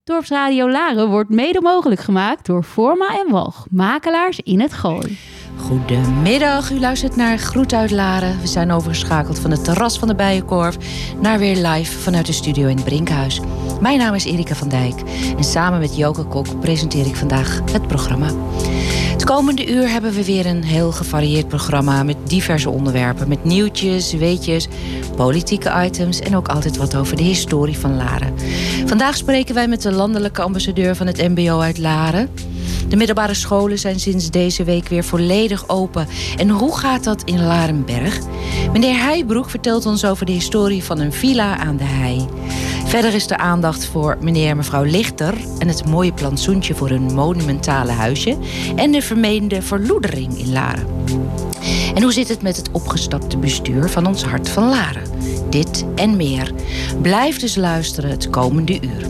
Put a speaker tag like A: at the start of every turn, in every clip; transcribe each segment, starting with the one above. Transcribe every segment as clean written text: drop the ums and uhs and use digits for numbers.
A: Dorpsradio Laren wordt mede mogelijk gemaakt door Forma en Walg, makelaars in het Gooi.
B: Goedemiddag, u luistert naar Groet uit Laren. We zijn overgeschakeld van het terras van de Bijenkorf naar weer live vanuit de studio in het Brinkhuis. Mijn naam is Erika van Dijk en samen met Joke Kok presenteer ik vandaag het programma. Het komende uur hebben we weer een heel gevarieerd programma met diverse onderwerpen. Met nieuwtjes, weetjes, politieke items en ook altijd wat over de historie van Laren. Vandaag spreken wij met de landelijke ambassadeur van het MBO uit Laren. De middelbare scholen zijn sinds deze week weer volledig open. En hoe gaat dat in Larenberg? Meneer Heijbroek vertelt ons over de historie van een villa aan de hei. Verder is er aandacht voor meneer en mevrouw Lichter en het mooie plantsoentje voor hun monumentale huisje en de vermeende verloedering in Laren. En hoe zit het met het opgestapte bestuur van ons Hart van Laren? Dit en meer. Blijf dus luisteren het komende uur.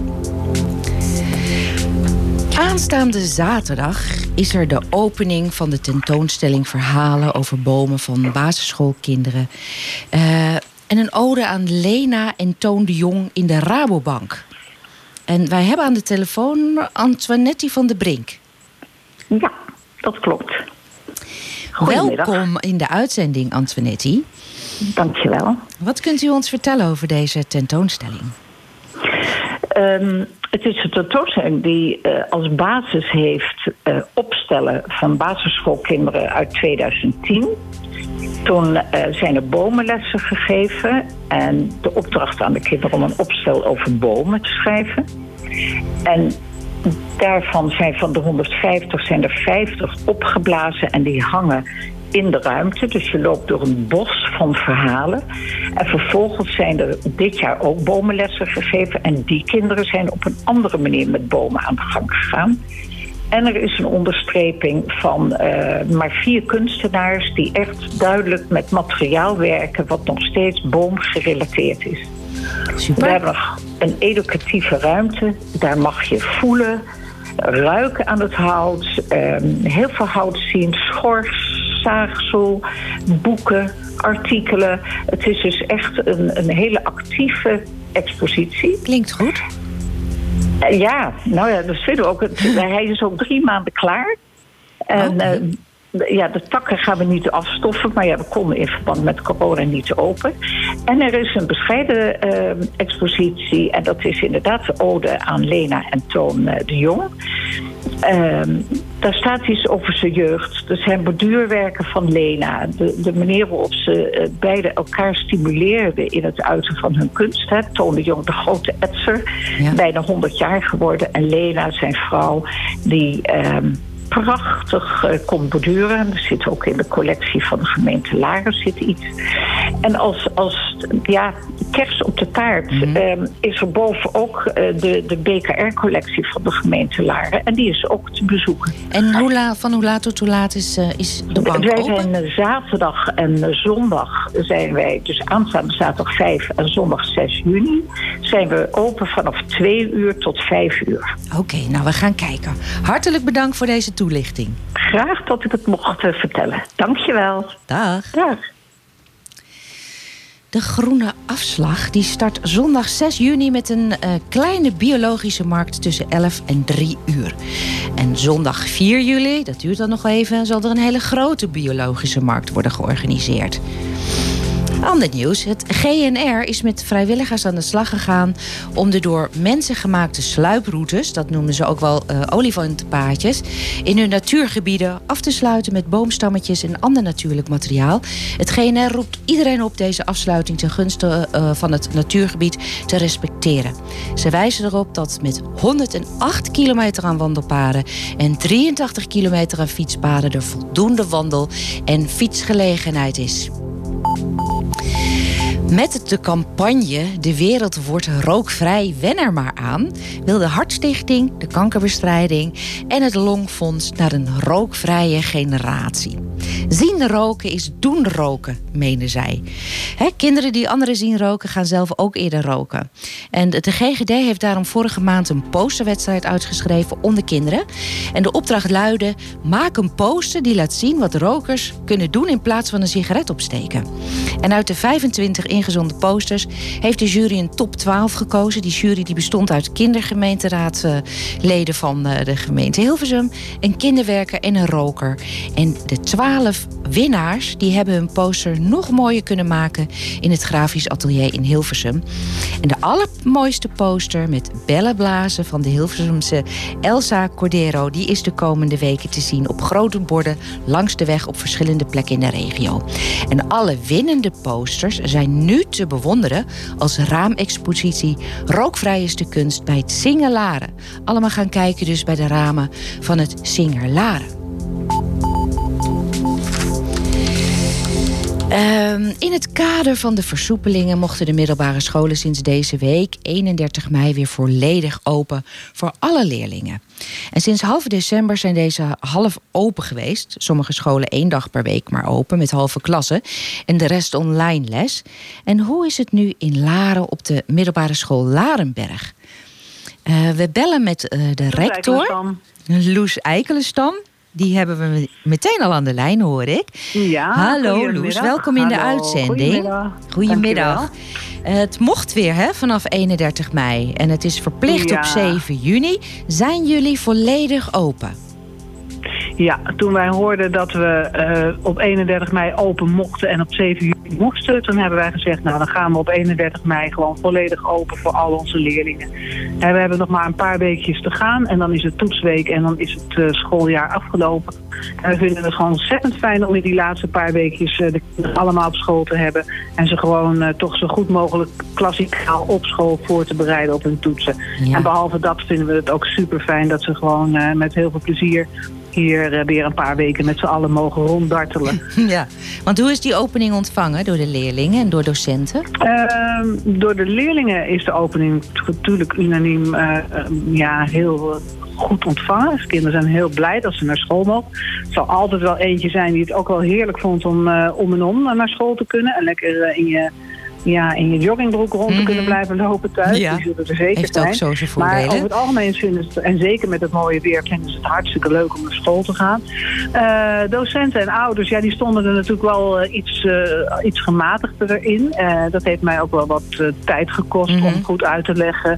B: Aanstaande zaterdag is er de opening van de tentoonstelling Verhalen over bomen van basisschoolkinderen. En een ode aan Lena en Toon de Jong in de Rabobank. En wij hebben aan de telefoon Antoinette van de Brink.
C: Ja, dat klopt. Goedemiddag.
B: Welkom in de uitzending, Antoinette.
C: Dankjewel.
B: Wat kunt u ons vertellen over deze tentoonstelling?
C: Het is een tentoonstelling die als basis heeft opstellen van basisschoolkinderen uit 2010. Toen zijn er bomenlessen gegeven en de opdracht aan de kinderen om een opstel over bomen te schrijven. En daarvan zijn van de 150 zijn er 50 opgeblazen en die hangen in de ruimte. Dus je loopt door een bos van verhalen. En vervolgens zijn er dit jaar ook bomenlessen gegeven. En die kinderen zijn op een andere manier met bomen aan de gang gegaan. En er is een onderstreping van maar 4 kunstenaars die echt duidelijk met materiaal werken wat nog steeds boomgerelateerd is.
B: Super.
C: We hebben nog een educatieve ruimte. Daar mag je voelen, ruiken aan het hout, heel veel hout zien, schors, zaagsel, boeken, artikelen. Het is dus echt een hele actieve expositie.
B: Klinkt goed.
C: Ja, nou ja, dat vinden we ook. Hij is ook 3 maanden klaar. En de takken gaan we niet afstoffen, maar ja, we konden in verband met corona niet open. En er is een bescheiden expositie en dat is inderdaad de ode aan Lena en Toon de Jong. Daar staat iets over zijn jeugd. Er zijn borduurwerken van Lena. De manier waarop ze beide elkaar stimuleerden in het uiten van hun kunst. Hè. Toon de Jong, de grote etser, bijna 100 jaar geworden. En Lena, zijn vrouw, die prachtig kon borduren. Er zit ook in de collectie van de gemeente Laren zit iets. En als kers op de taart is er boven ook de BKR-collectie van de gemeente Laren. En die is ook te bezoeken.
B: En van hoe laat tot hoe laat is de bank
C: wij
B: open?
C: zijn zaterdag en zondag zijn wij, dus aanstaande zaterdag 5 en zondag 6 juni... zijn we open vanaf 2 uur tot 5 uur.
B: Oké, nou we gaan kijken. Hartelijk bedankt voor deze toelichting.
C: Graag dat ik het mocht vertellen. Dankjewel.
B: Dag.
C: Dag.
B: De Groene Afslag die start zondag 6 juni met een kleine biologische markt tussen 11 en 3 uur. En zondag 4 juli, dat duurt dan nog even, zal er een hele grote biologische markt worden georganiseerd. Ander nieuws. Het GNR is met vrijwilligers aan de slag gegaan om de door mensen gemaakte sluiproutes, dat noemen ze ook wel olifantenpaadjes, in hun natuurgebieden af te sluiten met boomstammetjes en ander natuurlijk materiaal. Het GNR roept iedereen op deze afsluiting ten gunste van het natuurgebied te respecteren. Ze wijzen erop dat met 108 kilometer aan wandelpaden en 83 kilometer aan fietspaden er voldoende wandel- en fietsgelegenheid is. Met de campagne De Wereld Wordt Rookvrij, wen er maar aan, wil de Hartstichting, de kankerbestrijding en het Longfonds naar een rookvrije generatie. Zien roken is doen roken, menen zij. Kinderen die anderen zien roken gaan zelf ook eerder roken. En de GGD heeft daarom vorige maand een posterwedstrijd uitgeschreven onder kinderen. En de opdracht luidde: maak een poster die laat zien wat rokers kunnen doen in plaats van een sigaret opsteken. En uit de 25 ingezonden posters heeft de jury een top 12 gekozen. Die jury die bestond uit kindergemeenteraadsleden van de gemeente Hilversum, een kinderwerker en een roker. En de 12 winnaars die hebben hun poster nog mooier kunnen maken in het grafisch atelier in Hilversum. En de allermooiste poster met bellenblazen van de Hilversumse Elsa Cordero, die is de komende weken te zien op grote borden langs de weg op verschillende plekken in de regio. En alle winnende posters zijn nu te bewonderen als raamexpositie Rookvrij is de kunst bij het Singerlaren. Allemaal gaan kijken dus bij de ramen van het Singerlaren. In het kader van de versoepelingen mochten de middelbare scholen sinds deze week 31 mei weer volledig open voor alle leerlingen. En sinds half december zijn deze half open geweest. Sommige scholen 1 dag per week maar open met halve klassen en de rest online les. En hoe is het nu in Laren op de middelbare school Larenberg? We bellen met de rector, Loes Eikelenstam. Die hebben we meteen al aan de lijn, hoor ik.
C: Ja,
B: hallo Loes, welkom in de uitzending. Goedemiddag. Het mocht weer vanaf 31 mei en het is verplicht op 7 juni. Zijn jullie volledig open?
C: Ja, toen wij hoorden dat we op 31 mei open mochten en op 7 juni moesten, toen hebben wij gezegd, nou dan gaan we op 31 mei gewoon volledig open voor al onze leerlingen. En we hebben nog maar een paar weekjes te gaan en dan is het toetsweek en dan is het schooljaar afgelopen. En we vinden het gewoon ontzettend fijn om in die laatste paar weekjes de kinderen allemaal op school te hebben en ze gewoon toch zo goed mogelijk klassikaal op school voor te bereiden op hun toetsen. Ja. En behalve dat vinden we het ook super fijn dat ze gewoon met heel veel plezier hier weer een paar weken met z'n allen mogen ronddartelen. Ja,
B: want hoe is die opening ontvangen door de leerlingen en door docenten?
C: Door de leerlingen is de opening natuurlijk unaniem heel goed ontvangen. Dus kinderen zijn heel blij dat ze naar school mogen. Het zal altijd wel eentje zijn die het ook wel heerlijk vond om en om naar school te kunnen. En lekker in je joggingbroek rond te kunnen blijven lopen thuis.
B: Ja.
C: Die zullen er zeker
B: heeft
C: zijn.
B: Ook zo zijn voordelen.
C: Maar over het algemeen vinden ze het, en zeker met het mooie weer, vinden ze het hartstikke leuk om naar school te gaan. Docenten en ouders, die stonden er natuurlijk wel iets gematigder in. Dat heeft mij ook wel wat tijd gekost om goed uit te leggen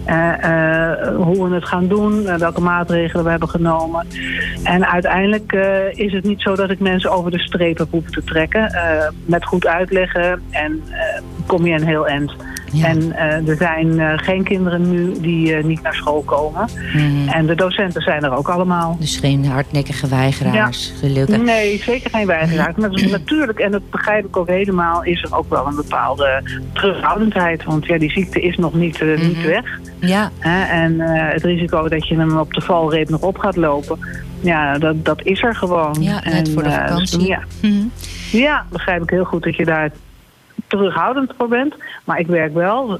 C: hoe we het gaan doen, welke maatregelen we hebben genomen. En uiteindelijk is het niet zo dat ik mensen over de streep heb hoeven te trekken. Met goed uitleggen en kom je een heel eind. Ja. En er zijn geen kinderen nu die niet naar school komen. En de docenten zijn er ook allemaal.
B: Dus geen hardnekkige weigeraars, gelukkig.
C: Nee, zeker geen weigeraars. Maar natuurlijk, en dat begrijp ik ook helemaal, is er ook wel een bepaalde terughoudendheid. Want die ziekte is nog niet weg.
B: Ja.
C: En het risico dat je hem op de valreep nog op gaat lopen, dat is er gewoon.
B: Ja, net voor de vakantie.
C: Ja, begrijp ik heel goed dat je daar terughoudend voor bent. Maar ik werk wel.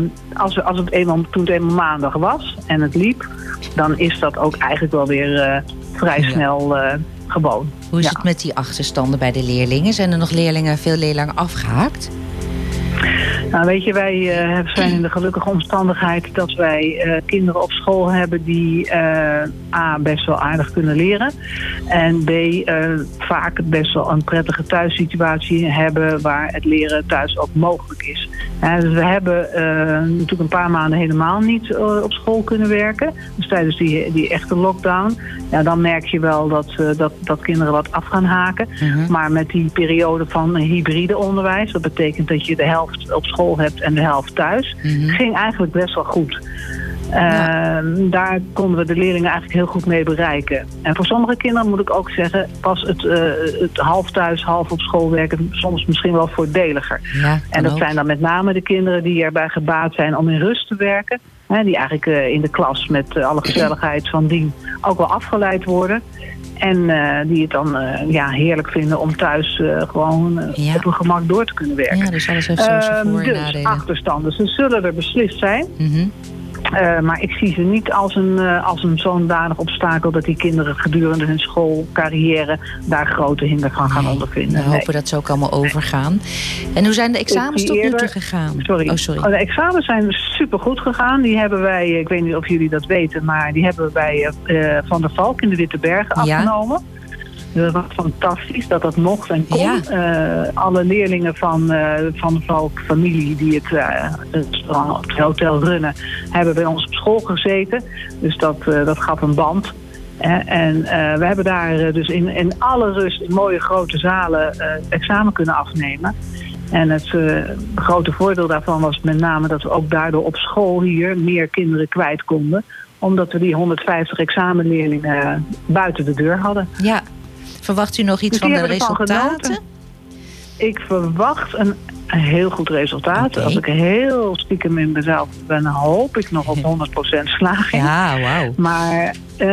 C: Toen het eenmaal maandag was en het liep, dan is dat ook eigenlijk wel weer vrij snel gewoon.
B: Hoe is het met die achterstanden bij de leerlingen? Zijn er nog veel leerlingen afgehaakt?
C: Nou, weet je, wij zijn in de gelukkige omstandigheid dat wij kinderen op school hebben die A, best wel aardig kunnen leren. En B, vaak best wel een prettige thuissituatie hebben waar het leren thuis ook mogelijk is. Dus we hebben natuurlijk een paar maanden helemaal niet op school kunnen werken. Dus tijdens die echte lockdown, dan merk je wel dat kinderen wat af gaan haken. Maar met die periode van hybride onderwijs, dat betekent dat je de helft op school hebt en de helft thuis, ging eigenlijk best wel goed. Daar konden we de leerlingen eigenlijk heel goed mee bereiken. En voor sommige kinderen moet ik ook zeggen, was het half thuis, half op school werken soms misschien wel voordeliger.
B: Ja,
C: en dat zijn dan met name de kinderen die erbij gebaat zijn om in rust te werken. Die eigenlijk in de klas met alle gezelligheid van dien ook wel afgeleid worden. En die het dan heerlijk vinden om thuis gewoon op hun gemak door te kunnen werken.
B: Ja, dus alles heeft zo zijn voor- en
C: dus
B: nadelen.
C: achterstanden, ze zullen er beslist zijn.
D: Maar ik zie ze niet als een zo'n danig obstakel dat die kinderen gedurende hun schoolcarrière daar grote hinder van gaan ondervinden.
B: We hopen dat ze ook allemaal overgaan. En hoe zijn de examens tot nu toe gegaan?
D: Sorry. De examens zijn supergoed gegaan. Die hebben wij, ik weet niet of jullie dat weten, maar die hebben we bij Van der Valk in de Witte Bergen afgenomen. Dat was fantastisch dat dat mocht en kon. Ja. Alle leerlingen van de Valk familie die het hotel runnen, hebben bij ons op school gezeten. Dus dat gaf een band. En we hebben daar dus in alle rust in mooie grote zalen examen kunnen afnemen. En het grote voordeel daarvan was met name dat we ook daardoor op school hier meer kinderen kwijt konden. Omdat we die 150 examenleerlingen buiten de deur hadden.
B: Ja. Verwacht u nog iets van de resultaten?
D: Ik verwacht een heel goed resultaat. Okay. Als ik heel stiekem in mezelf ben, hoop ik nog op 100% slaging.
B: Ja, wauw.
D: Maar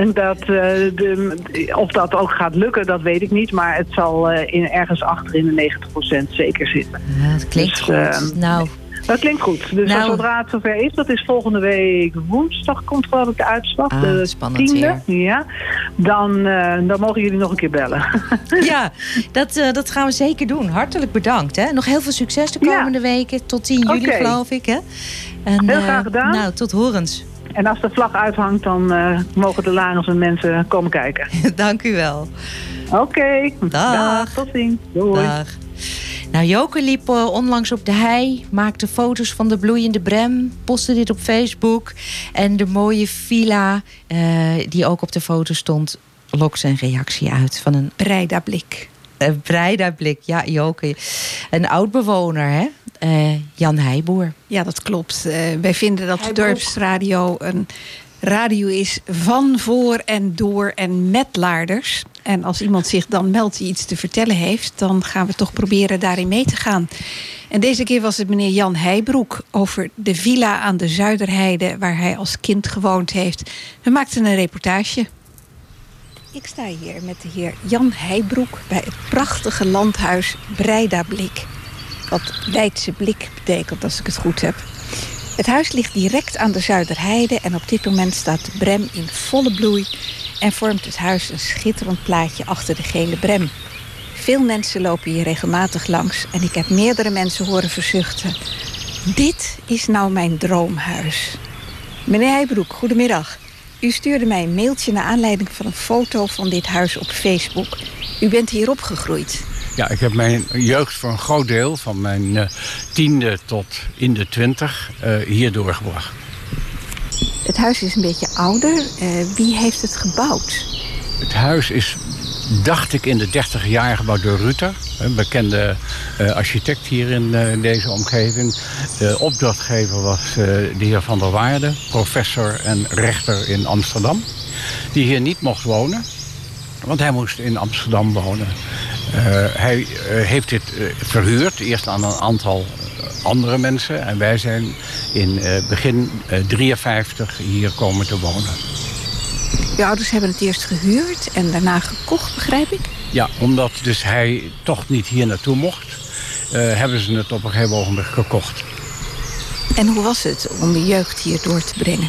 D: of dat ook gaat lukken, dat weet ik niet. Maar het zal ergens achter in de 90% zeker zitten.
B: Ja, dat klinkt goed.
D: Dat klinkt goed. Dus zodra het zover is, dat is volgende week woensdag, komt geloof ik de uitslag. De
B: spannend
D: 10e. Ja. Dan mogen jullie nog een keer bellen.
B: Ja, dat gaan we zeker doen. Hartelijk bedankt. Hè? Nog heel veel succes de komende weken. Tot 10 juli geloof ik. Hè? En,
D: heel graag gedaan.
B: Tot horens.
D: En als de vlag uithangt, dan mogen de Lagers en mensen komen kijken.
B: Dank u wel.
D: Oké. Dag. Tot ziens. Doei.
B: Dag. Nou, Joke liep onlangs op de hei, maakte foto's van de bloeiende brem, postte dit op Facebook. En de mooie villa, die ook op de foto stond, lokt zijn reactie uit van een
E: Breidablik.
B: Een Breidablik, ja, Joke. Een oud-bewoner, hè? Jan Heijboer.
E: Ja, dat klopt. Wij vinden dat de dorpsradio een radio is van, voor en door en met Laarders. En als iemand zich dan meldt die iets te vertellen heeft, dan gaan we toch proberen daarin mee te gaan. En deze keer was het meneer Jan Heijbroek over de villa aan de Zuiderheide waar hij als kind gewoond heeft. We maakten een reportage. Ik sta hier met de heer Jan Heijbroek bij het prachtige landhuis Breidablik. Wat Leidse blik betekent, als ik het goed heb. Het huis ligt direct aan de Zuiderheide en op dit moment staat de brem in volle bloei en vormt het huis een schitterend plaatje achter de gele brem. Veel mensen lopen hier regelmatig langs en ik heb meerdere mensen horen verzuchten: dit is nou mijn droomhuis. Meneer Heijbroek, goedemiddag. U stuurde mij een mailtje naar aanleiding van een foto van dit huis op Facebook. U bent hier opgegroeid.
F: Ja, ik heb mijn jeugd voor een groot deel, van mijn 10e tot in de 20, hier doorgebracht.
E: Het huis is een beetje ouder. Wie heeft het gebouwd?
F: Het huis is, dacht ik, in de 30 jaar gebouwd door Ruter. Een bekende architect hier in deze omgeving. De opdrachtgever was de heer Van der Waarde, professor en rechter in Amsterdam. Die hier niet mocht wonen, want hij moest in Amsterdam wonen. Hij heeft dit verhuurd, eerst aan een aantal andere mensen. En wij zijn in begin 53 hier komen te wonen.
E: Je ouders hebben het eerst gehuurd en daarna gekocht, begrijp ik?
F: Ja, omdat dus hij toch niet hier naartoe mocht, hebben ze het op een gegeven ogenblik gekocht.
E: En hoe was het om de jeugd hier door te brengen?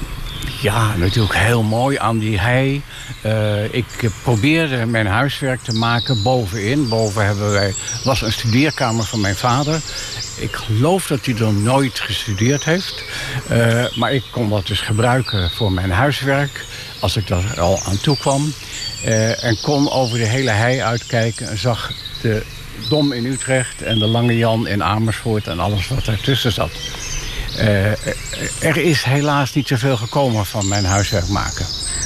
F: Ja, natuurlijk heel mooi aan die hei. Ik probeerde mijn huiswerk te maken bovenin. Boven was een studeerkamer van mijn vader. Ik geloof dat hij er nooit gestudeerd heeft. Maar ik kon dat dus gebruiken voor mijn huiswerk, als ik daar al aan toe kwam. En kon over de hele hei uitkijken en zag de Dom in Utrecht en de Lange Jan in Amersfoort en alles wat ertussen zat. Er is helaas niet zoveel gekomen van mijn huiswerk maken.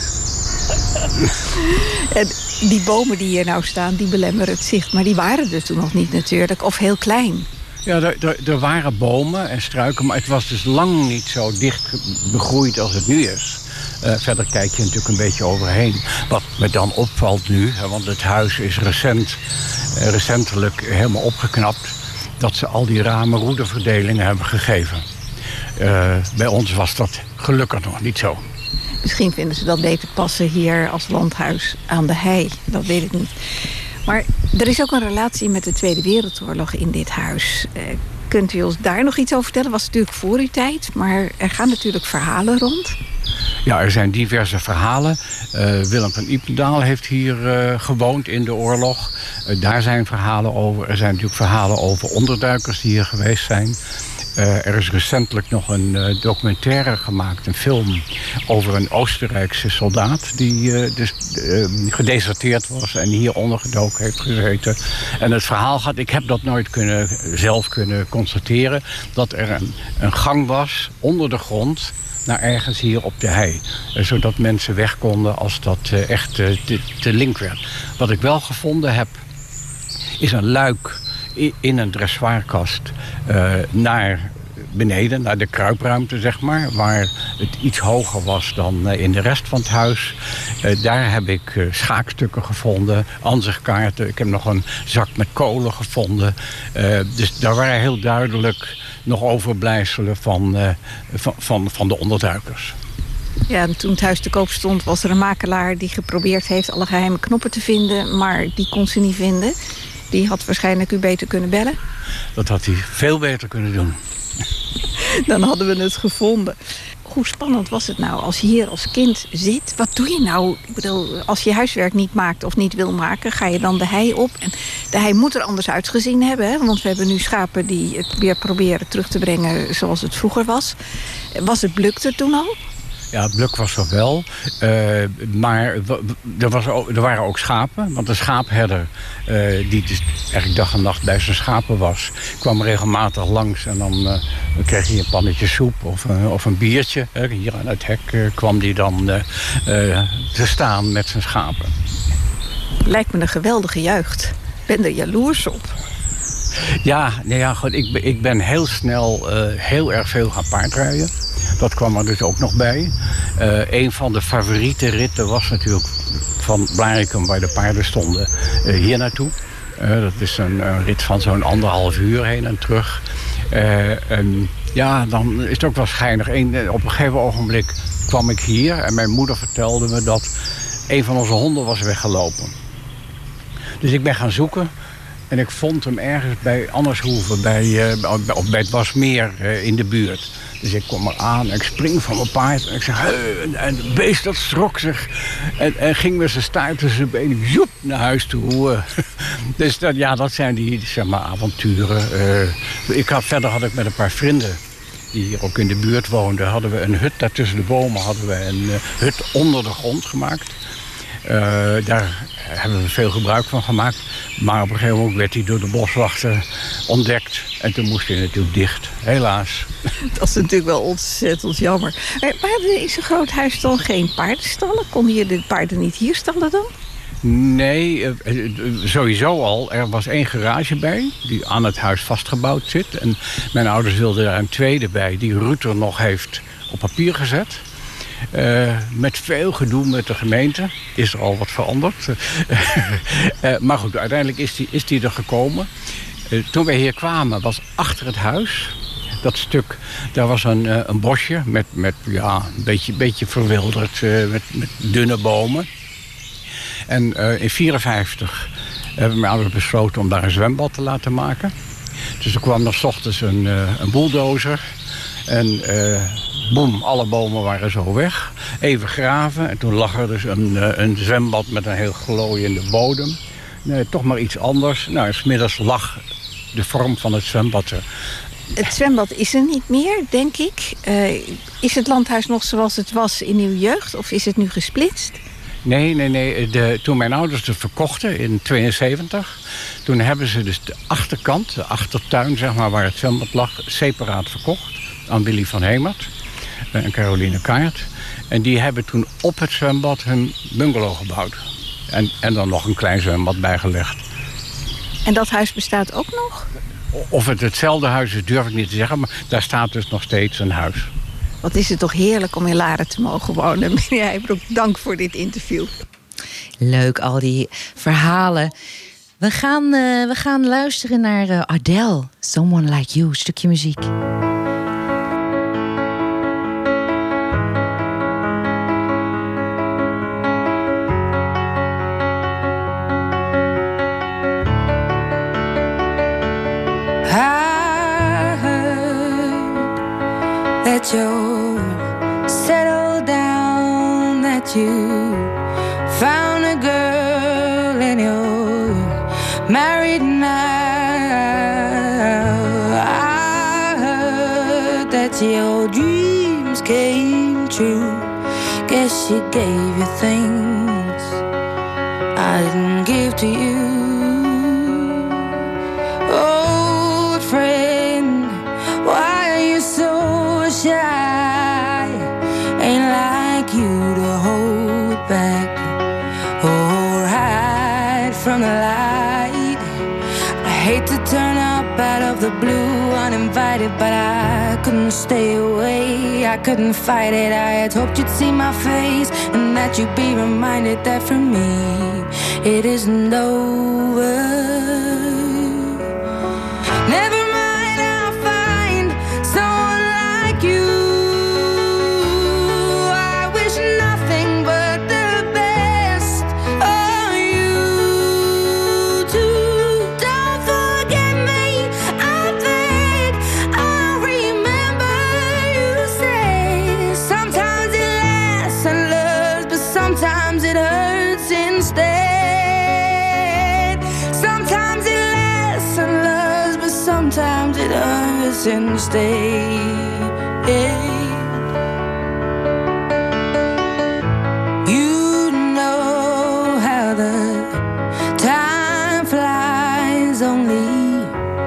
E: En die bomen die hier nou staan, die belemmeren het zicht. Maar die waren er toen nog niet natuurlijk, of heel klein.
F: Ja, er waren bomen en struiken, maar het was dus lang niet zo dicht begroeid als het nu is. Verder kijk je natuurlijk een beetje overheen. Wat me dan opvalt nu, want het huis is recentelijk helemaal opgeknapt, dat ze al die ramen roederverdelingen hebben gegeven. Bij ons was dat gelukkig nog niet zo.
E: Misschien vinden ze dat beter passen hier als landhuis aan de hei. Dat weet ik niet. Maar er is ook een relatie met de Tweede Wereldoorlog in dit huis. Kunt u ons daar nog iets over vertellen? Was natuurlijk voor uw tijd, maar er gaan natuurlijk verhalen rond.
F: Ja, er zijn diverse verhalen. Willem van Ypendael heeft hier gewoond in de oorlog. Daar zijn verhalen over. Er zijn natuurlijk verhalen over onderduikers die hier geweest zijn. Er is recentelijk nog een documentaire gemaakt, een film, over een Oostenrijkse soldaat die gedeserteerd was en hier ondergedoken heeft gezeten. En het verhaal gaat, ik heb dat nooit zelf kunnen constateren, dat er een gang was onder de grond naar ergens hier op de hei. Zodat mensen weg konden als dat echt te link werd. Wat ik wel gevonden heb, is een luik in een dressoirkast naar beneden, naar de kruipruimte, zeg maar, waar het iets hoger was dan in de rest van het huis. Daar heb ik schaakstukken gevonden, ansichtkaarten. Ik heb nog een zak met kolen gevonden. Dus daar waren heel duidelijk nog overblijfselen van de onderduikers.
E: Ja, en toen het huis te koop stond, was er een makelaar die geprobeerd heeft alle geheime knoppen te vinden, maar die kon ze niet vinden. Die had waarschijnlijk u beter kunnen bellen.
F: Dat had hij veel beter kunnen doen.
E: Dan hadden we het gevonden. Hoe spannend was het nou als je hier als kind zit? Wat doe je nou? Ik bedoel, als je huiswerk niet maakt of niet wil maken, ga je dan de hei op? En de hei moet er anders uitgezien hebben, hè? Want we hebben nu schapen die het weer proberen terug te brengen zoals het vroeger was. Was het Bluk toen al?
F: Ja, Bluk was er wel. Maar er waren ook schapen. Want de schaapherder, die dus eigenlijk dag en nacht bij zijn schapen was, kwam regelmatig langs. En dan kreeg hij een pannetje soep of een biertje. Hier aan het hek kwam hij dan te staan met zijn schapen.
E: Lijkt me een geweldige jeugd. Ik ben er jaloers op.
F: Ja, goed, ik ben heel snel heel erg veel gaan paardrijden. Dat kwam er dus ook nog bij. Een van de favoriete ritten was natuurlijk van Blaricum, waar de paarden stonden, hier naartoe. Dat is een rit van zo'n 1,5 uur heen en terug. En ja, dan is het ook wel schijnig. Op een gegeven ogenblik kwam ik hier en mijn moeder vertelde me dat een van onze honden was weggelopen. Dus ik ben gaan zoeken. En ik vond hem ergens bij Annershoeve, bij het Wasmeer in de buurt. Dus ik kom eraan en ik spring van mijn paard. En ik zeg, en het beest dat schrok zich. En ging met zijn staart tussen zijn benen, joep, naar huis toe. Dus dat zijn die, zeg maar, avonturen. Verder had ik met een paar vrienden die hier ook in de buurt woonden, hadden we een hut daar tussen de bomen, hadden we een hut onder de grond gemaakt. Daar hebben we veel gebruik van gemaakt. Maar op een gegeven moment werd hij door de boswachter ontdekt. En toen moest hij natuurlijk dicht, helaas.
E: Dat is natuurlijk wel ontzettend jammer. Maar hebben we in zo'n groot huis dan geen paardenstallen? Konden je de paarden niet hier stallen dan?
F: Nee, sowieso al. Er was 1 garage bij, die aan het huis vastgebouwd zit. En mijn ouders wilden daar een tweede bij, die Ruter nog heeft op papier gezet. Met veel gedoe met de gemeente is er al wat veranderd. Maar goed, uiteindelijk is die er gekomen. Toen wij hier kwamen was achter het huis, dat stuk, daar was een bosje met een beetje verwilderd, met dunne bomen. En in 1954 hebben mijn ouders besloten om daar een zwembad te laten maken. Dus er kwam nog 's ochtends een bulldozer en boem, alle bomen waren zo weg. Even graven en toen lag er dus een zwembad met een heel glooiende bodem. Nee, toch maar iets anders. Nou, 's middags lag de vorm van het zwembad er.
E: Het zwembad is er niet meer, denk ik. Is het landhuis nog zoals het was in uw jeugd of is het nu gesplitst?
F: Nee. Toen mijn ouders het verkochten in 1972... toen hebben ze dus de achterkant, de achtertuin, zeg maar, waar het zwembad lag, separaat verkocht aan Willy van Hemert en Caroline Kaart. En die hebben toen op het zwembad hun bungalow gebouwd. En dan nog een klein zwembad bijgelegd.
E: En dat huis bestaat ook nog?
F: Of het hetzelfde huis is, durf ik niet te zeggen, maar daar staat dus nog steeds een huis.
E: Wat is het toch heerlijk om in Laren te mogen wonen. Meneer Heijbroek, dank voor dit interview.
B: Leuk, al die verhalen. We gaan luisteren naar Adele, Someone Like You, stukje muziek.
G: I that you found a girl and you're married now. I heard that your dreams came true. Guess she gave you things I didn't give to you. Old friend, why are you so shy? Ain't like you to hold back or hide from the light. I hate to turn up out of the blue uninvited, but I couldn't stay away, I couldn't fight it. I had hoped you'd see my face and that you'd be reminded that for me it isn't over. Never mind, I'll find someone like you. I wish nothing but the best of you too. Don't forget me, I think I remember you say sometimes it lasts and loves, but sometimes it hurts instead. Sometimes it lasts and loves, but sometimes it hurts instead. You know how the time flies. Only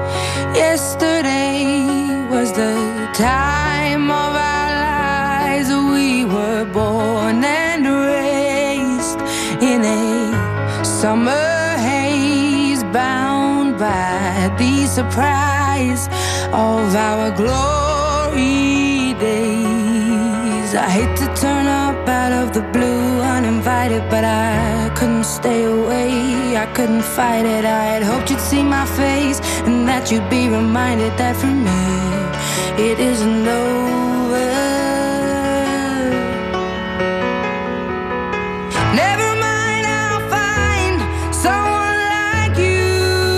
G: yesterday was the time of our lives. We were born and raised in a summer haze, bound by the surprise of our glory days. I hate to turn up out of the blue uninvited, but I couldn't stay away, I couldn't fight it. I had hoped you'd see my face and that you'd be reminded that for me it isn't over. Never mind, I'll find someone like you.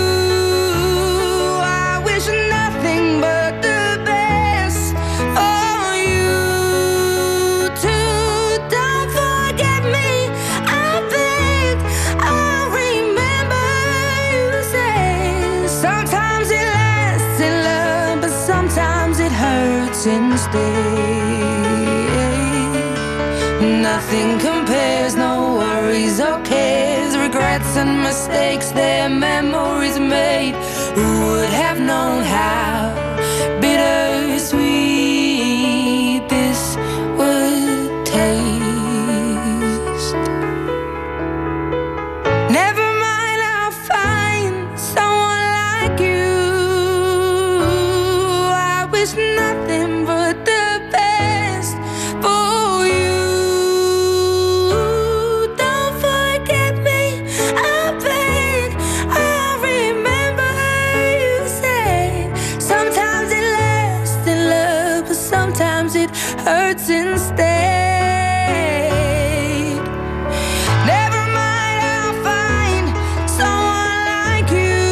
G: I wish nothing but the best for you too. Don't forget me, I think I remember you say sometimes it lasts in love, but sometimes it hurts instead. Nothing compares, no worries or cares, regrets and mistakes, their memories made. Who would have known how bittersweet this would taste? Never mind, I'll find someone like you. I wish nothing but the best for you. Don't forget me, I think I remember you say sometimes it lasts in love, but sometimes it hurts instead. Never mind, I'll find someone like you.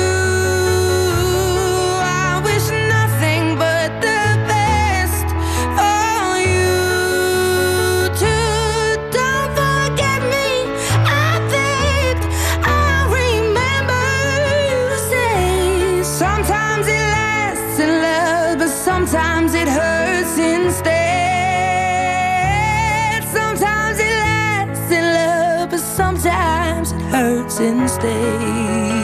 G: I wish nothing but the best for you too. Don't forget me, I think I remember you say sometimes it lasts in love, but sometimes it hurts instead. Sometimes it lasts in love, but sometimes it hurts instead.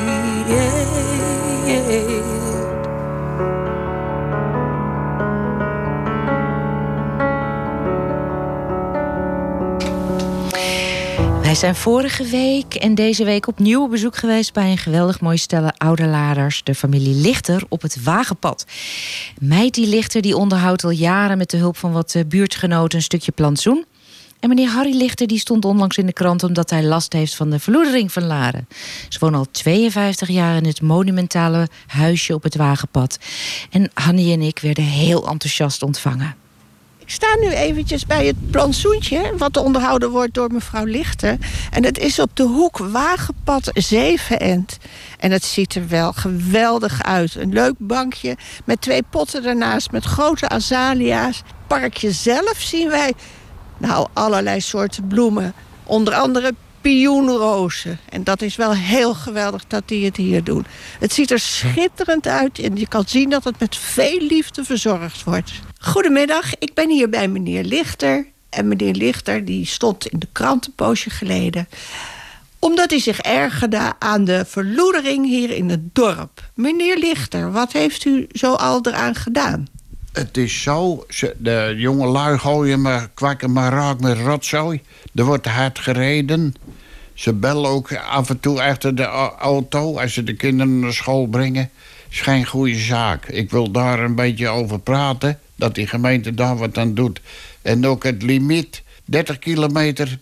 B: Wij zijn vorige week en deze week opnieuw op bezoek geweest bij een geweldig mooi stel ouderladers, de familie Lichter, op het Wagenpad. Meidie Lichter die onderhoudt al jaren met de hulp van wat buurtgenoten een stukje plantsoen. En meneer Harry Lichter die stond onlangs in de krant omdat hij last heeft van de verloedering van Laren. Ze wonen al 52 jaar in het monumentale huisje op het Wagenpad. En Hannie en ik werden heel enthousiast ontvangen.
H: Ik sta nu eventjes bij het plantsoentje, wat onderhouden wordt door mevrouw Lichter. En het is op de hoek Wagenpad 7end. En het ziet er wel geweldig uit. Een leuk bankje met 2 potten ernaast met grote azalea's. Het parkje zelf zien wij Nou, allerlei soorten bloemen. Onder andere pioenrozen. En dat is wel heel geweldig dat die het hier doen. Het ziet er schitterend uit en je kan zien dat het met veel liefde verzorgd wordt. Goedemiddag, ik ben hier bij meneer Lichter. En meneer Lichter die stond in de krant een poosje geleden, omdat hij zich ergerde aan de verloedering hier in het dorp. Meneer Lichter, wat heeft u zo al eraan gedaan?
I: Het is zo, de jonge lui gooien me, kwakken me raak met rotzooi. Er wordt hard gereden. Ze bellen ook af en toe achter de auto als ze de kinderen naar school brengen. Is geen goede zaak. Ik wil daar een beetje over praten, dat die gemeente daar wat aan doet. En ook het limiet, 30 kilometer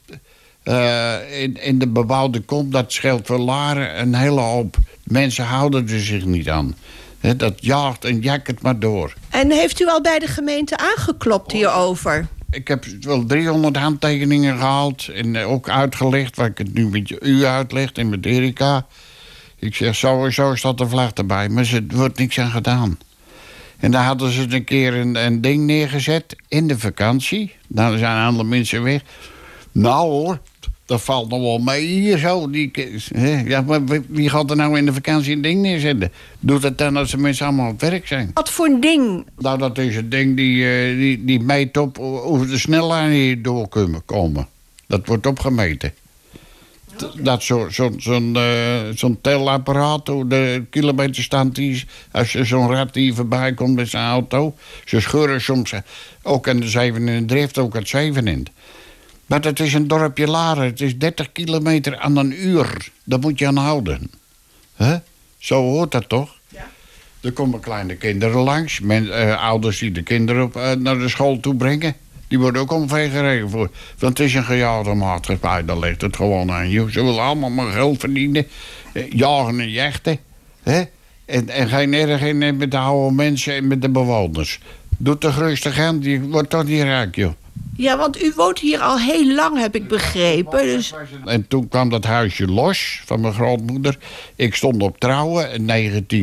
I: in de bebouwde kom, dat scheelt voor Laren een hele hoop. Mensen houden er zich niet aan. Dat jaagt en jakkert maar door.
H: En heeft u al bij de gemeente aangeklopt hierover?
I: Ik heb wel 300 handtekeningen gehaald en ook uitgelegd, waar ik het nu met u uitleg en met Erika. Ik zeg, sowieso staat de vlag erbij, maar er wordt niks aan gedaan. En daar hadden ze een keer een ding neergezet in de vakantie. Dan zijn een aantal mensen weg. Nou hoor, dat valt nog wel mee hier zo. Ja, maar wie gaat er nou in de vakantie een ding neerzetten? Doet het dan als de mensen allemaal op werk zijn?
H: Wat voor een ding?
I: Nou, dat is een ding die meet op hoe de snelheid hier door kunnen komen. Dat wordt opgemeten. Dat zo'n telapparaat, hoe de kilometerstand is, als je zo'n rat die voorbij komt met zijn auto. Ze scheuren soms ook aan de 7 in de drift, ook aan het 7 in. Maar het is een dorpje Laren. Het is 30 kilometer aan een uur. Daar moet je aan houden. Zo hoort dat toch? Ja. Er komen kleine kinderen langs. Ouders die de kinderen naar de school toe brengen. Die worden ook omvergereden voor. Want het is een gejaagde maatschappij. Daar ligt het gewoon aan. Ze willen allemaal maar geld verdienen. Jagen en jachten. En geen erg in met de oude mensen en met de bewoners. Doet de grootste gaan, die wordt toch niet raak, joh.
H: Ja, want u woont hier al heel lang, heb ik begrepen. Dus...
I: En toen kwam dat huisje los van mijn grootmoeder. Ik stond op trouwen in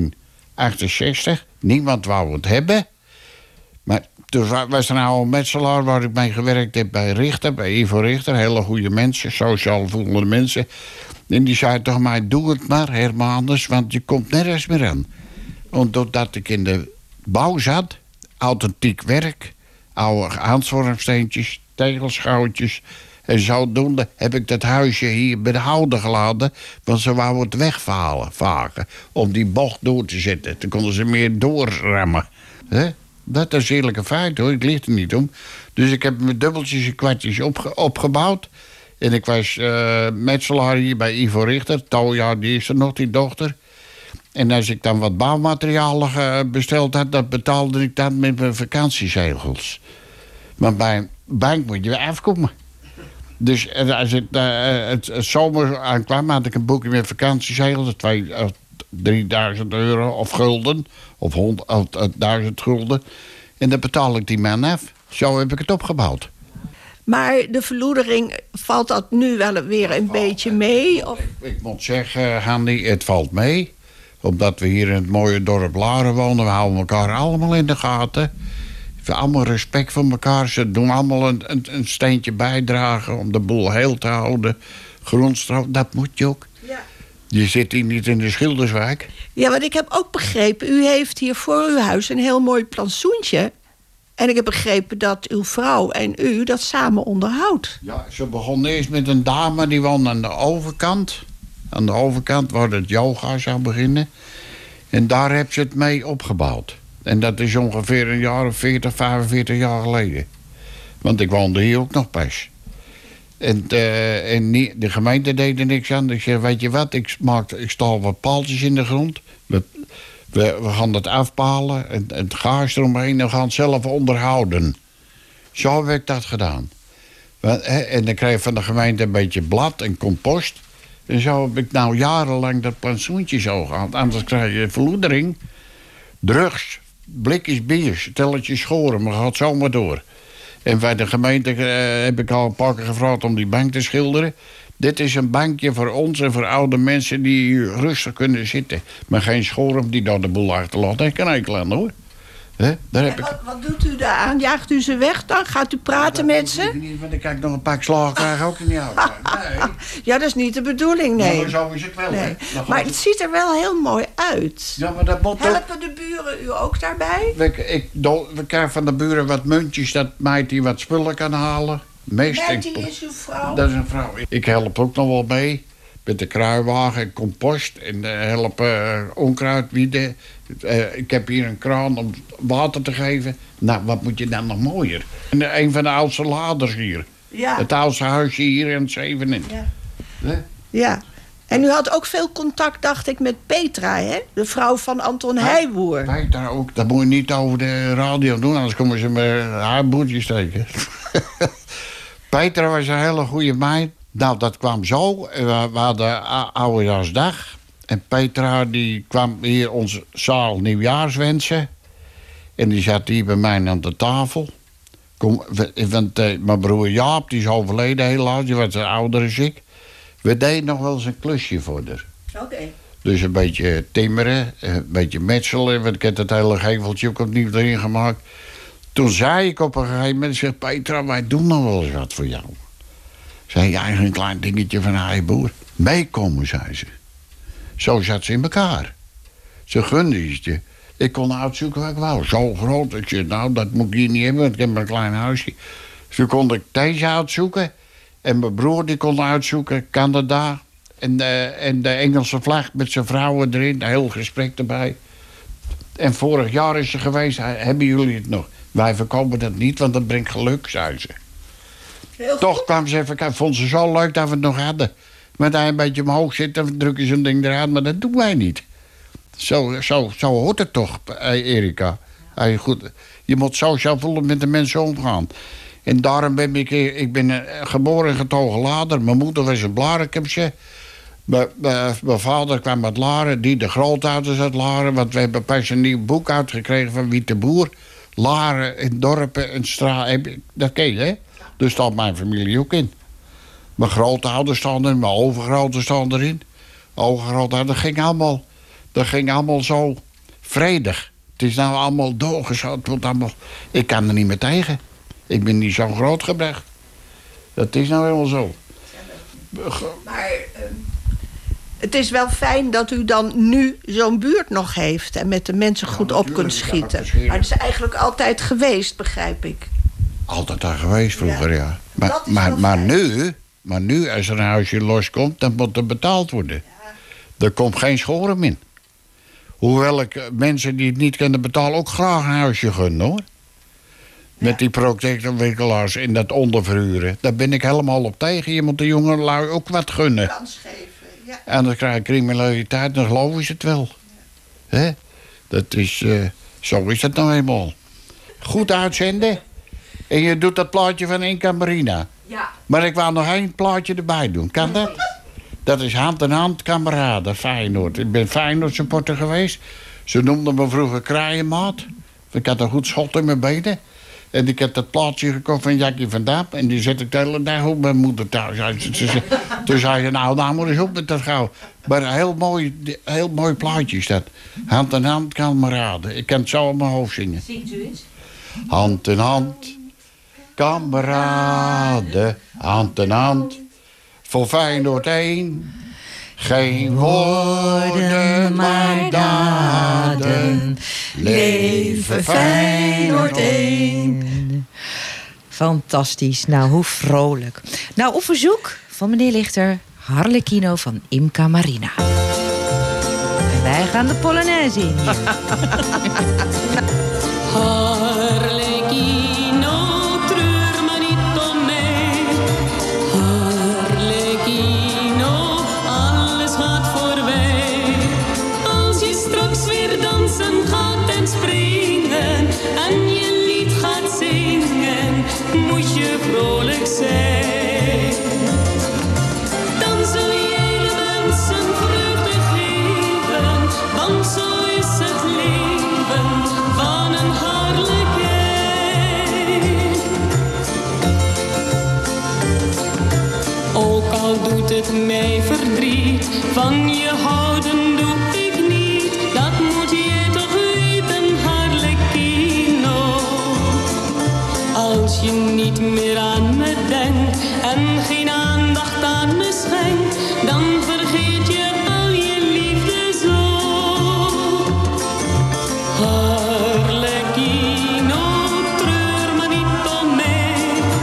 I: 1968. Niemand wou het hebben. Maar toen was er een oude metselaar waar ik mee gewerkt heb bij Richter, bij Ivo Richter. Hele goede mensen, sociaal voelende mensen. En die zei tegen mij, doe het maar, Hermanus, want je komt nergens meer aan. Omdat ik in de bouw zat, authentiek werk, oude aansvormsteentjes, tegelschouwtjes. En zodoende heb ik dat huisje hier behouden gelaten, want ze wouden het wegvagen om die bocht door te zetten. Toen konden ze meer doorrammen. Dat is eerlijk een feit, hoor. Ik lieg er niet om. Dus ik heb mijn dubbeltjes en kwartjes opgebouwd. En ik was metselaar hier bij Ivo Richter. Toja, die is er nog, die dochter. En als ik dan wat bouwmaterialen besteld had, dat betaalde ik dan met mijn vakantiezegels. Maar bij een bank moet je weer afkomen. Dus als het zomer aankwam, had ik een boekje met vakantiezegels. 3000 euro of gulden. Of 1000 gulden. En dan betaal ik die man af. Zo heb ik het opgebouwd.
H: Maar de verloedering, valt dat nu wel weer een beetje mee? Of?
I: Ik moet zeggen, Hanny, het valt mee. Omdat we hier in het mooie dorp Laren wonen. We houden elkaar allemaal in de gaten. We hebben allemaal respect voor elkaar. Ze doen allemaal een steentje bijdragen om de boel heel te houden. Grondstraf, dat moet je ook. Ja. Je zit hier niet in de Schilderswijk.
H: Ja, want ik heb ook begrepen, u heeft hier voor uw huis een heel mooi plantsoentje. En ik heb begrepen dat uw vrouw en u dat samen onderhoudt.
I: Ja, ze begon eerst met een dame die woonde aan de overkant. Aan de overkant waar het yoga zou beginnen. En daar heb ze het mee opgebouwd. En dat is ongeveer een jaar of 40, 45 jaar geleden. Want ik woonde hier ook nog pas. En de gemeente deed er niks aan. Ik zei, weet je wat, ik stal wat paaltjes in de grond. We gaan dat afpalen en het gaas eromheen en we gaan het zelf onderhouden. Zo heb ik dat gedaan. En dan kreeg ik van de gemeente een beetje blad en compost. En zo heb ik nou jarenlang dat plantsoentje zo gehad. Anders krijg je verloedering, drugs, blikjes bier, stelletjes schoren. Maar gaat zomaar door. En bij de gemeente heb ik al een paar keer gevraagd om die bank te schilderen. Dit is een bankje voor ons en voor oude mensen die rustig kunnen zitten. Maar geen schoren die daar de boel achterlaat. Dat kan enkel aan, hoor. Daar heb ik...
H: Wat doet u daaraan? Jaagt u ze weg dan? Gaat u praten met ze?
I: Niet, want dan kan ik nog een pak slagen krijgen ook in jou. Nee.
H: Ja, dat is niet de bedoeling, nee.
I: Maar zo is het wel.
H: Nee. Maar het ziet er wel heel mooi uit.
I: Ja, maar dat moet
H: helpen de buren u ook daarbij?
I: We krijgen van de buren wat muntjes dat Meid wat spullen kan halen.
H: Meid is uw vrouw?
I: Dat is een vrouw. Ik help ook nog wel mee. Met de kruiwagen en compost. En helpen onkruid wieden. Ik heb hier een kraan om water te geven. Nou, wat moet je dan nog mooier? En een van de oudste laders hier. Ja. Het oudste huisje hier in het Zevenin.
H: Ja. Ja. En u had ook veel contact, dacht ik, met Petra, hè? De vrouw van Anton Heijboer.
I: Petra ook. Dat moet je niet over de radio doen, anders komen ze met haar boertje steken. Petra was een hele goede meid. Nou, dat kwam zo. We hadden Oudejaarsdag. En Petra die kwam hier onze zaal nieuwjaarswensen. En die zat hier bij mij aan de tafel. Want mijn broer Jaap, die is overleden helaas. Die was ouder dan ik. We deden nog wel eens een klusje voor haar.
H: Oké.
I: Dus een beetje timmeren, een beetje metselen. Want ik heb het hele geveltje ook opnieuw erin gemaakt. Toen zei ik op een gegeven moment, zeg Petra, wij doen nog wel eens wat voor jou. Zei je eigenlijk een klein dingetje van haar boer. Meekomen, zei ze. Zo zat ze in elkaar. Ze gunde iets. Ik kon uitzoeken wat ik wou. Zo groot. Ik zei, nou, dat moet ik hier niet hebben, want ik heb maar een klein huisje. Dus toen kon ik deze uitzoeken. En mijn broer die kon uitzoeken, Canada. En de Engelse vlag met zijn vrouwen erin. Een heel gesprek erbij. En vorig jaar is ze geweest. Hebben jullie het nog? Wij verkopen dat niet, want dat brengt geluk, zei ze. Toch kwam ze even kijken. Vond ze zo leuk dat we het nog hadden. Met hij een beetje omhoog zit, dan drukken ze een ding eruit. Maar dat doen wij niet. Zo hoort het toch, Erika. Goed, je moet sociaal met de mensen omgaan. En daarom ben ik ben geboren en getogen Lader. Mijn moeder was een Blarenkemse. Mijn vader kwam uit Laren, die de grootouders uit Laren. Want we hebben pas een nieuw boek uitgekregen van Wiet de Boer. Laren en dorpen en straat. Dat ken je, hè? Dus staat mijn familie ook in. Mijn grootouders staan erin, mijn overgrootouders staan erin. Overgrootouders, dat ging allemaal zo vredig. Het is nou allemaal doorgeschoten. Ik kan er niet meer tegen. Ik ben niet zo groot gebracht. Dat is nou helemaal zo.
H: Maar het is wel fijn dat u dan nu zo'n buurt nog heeft... en met de mensen goed op kunt schieten. Maar het is eigenlijk altijd geweest, begrijp ik.
I: Altijd al geweest vroeger, ja. Maar nu, als er een huisje loskomt, dan moet er betaald worden. Ja. Er komt geen schorum in. Hoewel ik mensen die het niet kunnen betalen ook graag een huisje gun, hoor. Met die protectorwinkelaars en dat onderverhuren. Daar ben ik helemaal op tegen. Je moet de jonge lui ook wat gunnen.
H: Kans geven, ja.
I: En dan krijg je criminaliteit, dan geloven ze het wel. Hè? Dat is, zo is het nou eenmaal. Goed uitzenden. En je doet dat plaatje van Inca Marina.
H: Ja.
I: Maar ik wou nog één plaatje erbij doen. Kan dat? Dat is Hand in Hand Kameraden, Feyenoord. Ik ben Feyenoord supporter geweest. Ze noemden me vroeger Kraaienmaat. Ik had een goed schot in mijn benen. En ik heb dat plaatje gekocht van Jackie van Dam. En die zet ik de hele dag op mijn moeder thuis. Toen zei ze, nou moet eens op met dat gauw. Maar een heel mooi plaatje is dat. Hand in Hand Kameraden. Ik kan het zo op mijn hoofd zingen.
B: Zingt u eens?
I: Hand in hand, kameraden, hand in hand, voor Feyenoord 1. Geen woorden, maar daden, leven Feyenoord 1.
B: Fantastisch, nou hoe vrolijk. Nou, op verzoek van meneer Lichter, Harlequino van Imca Marina. En wij gaan de Polonaise in hier.
J: Harlequino, treur maar niet om mij. Harlequino, alles gaat voorbij. Als je straks weer dansen gaat en springen en je lied gaat zingen, moet je vrolijk zijn. Dan zul jij de mensen vreugde geven, want zo is het leven van een harlekijn. Ook al doet het mij verdriet, van je houden doe ik niet. Dat moet je toch weten, harlekijn. meer aan me denkt en geen aandacht aan me schenkt, dan vergeet je al je liefde zo. Harlekino, treur maar niet om mij.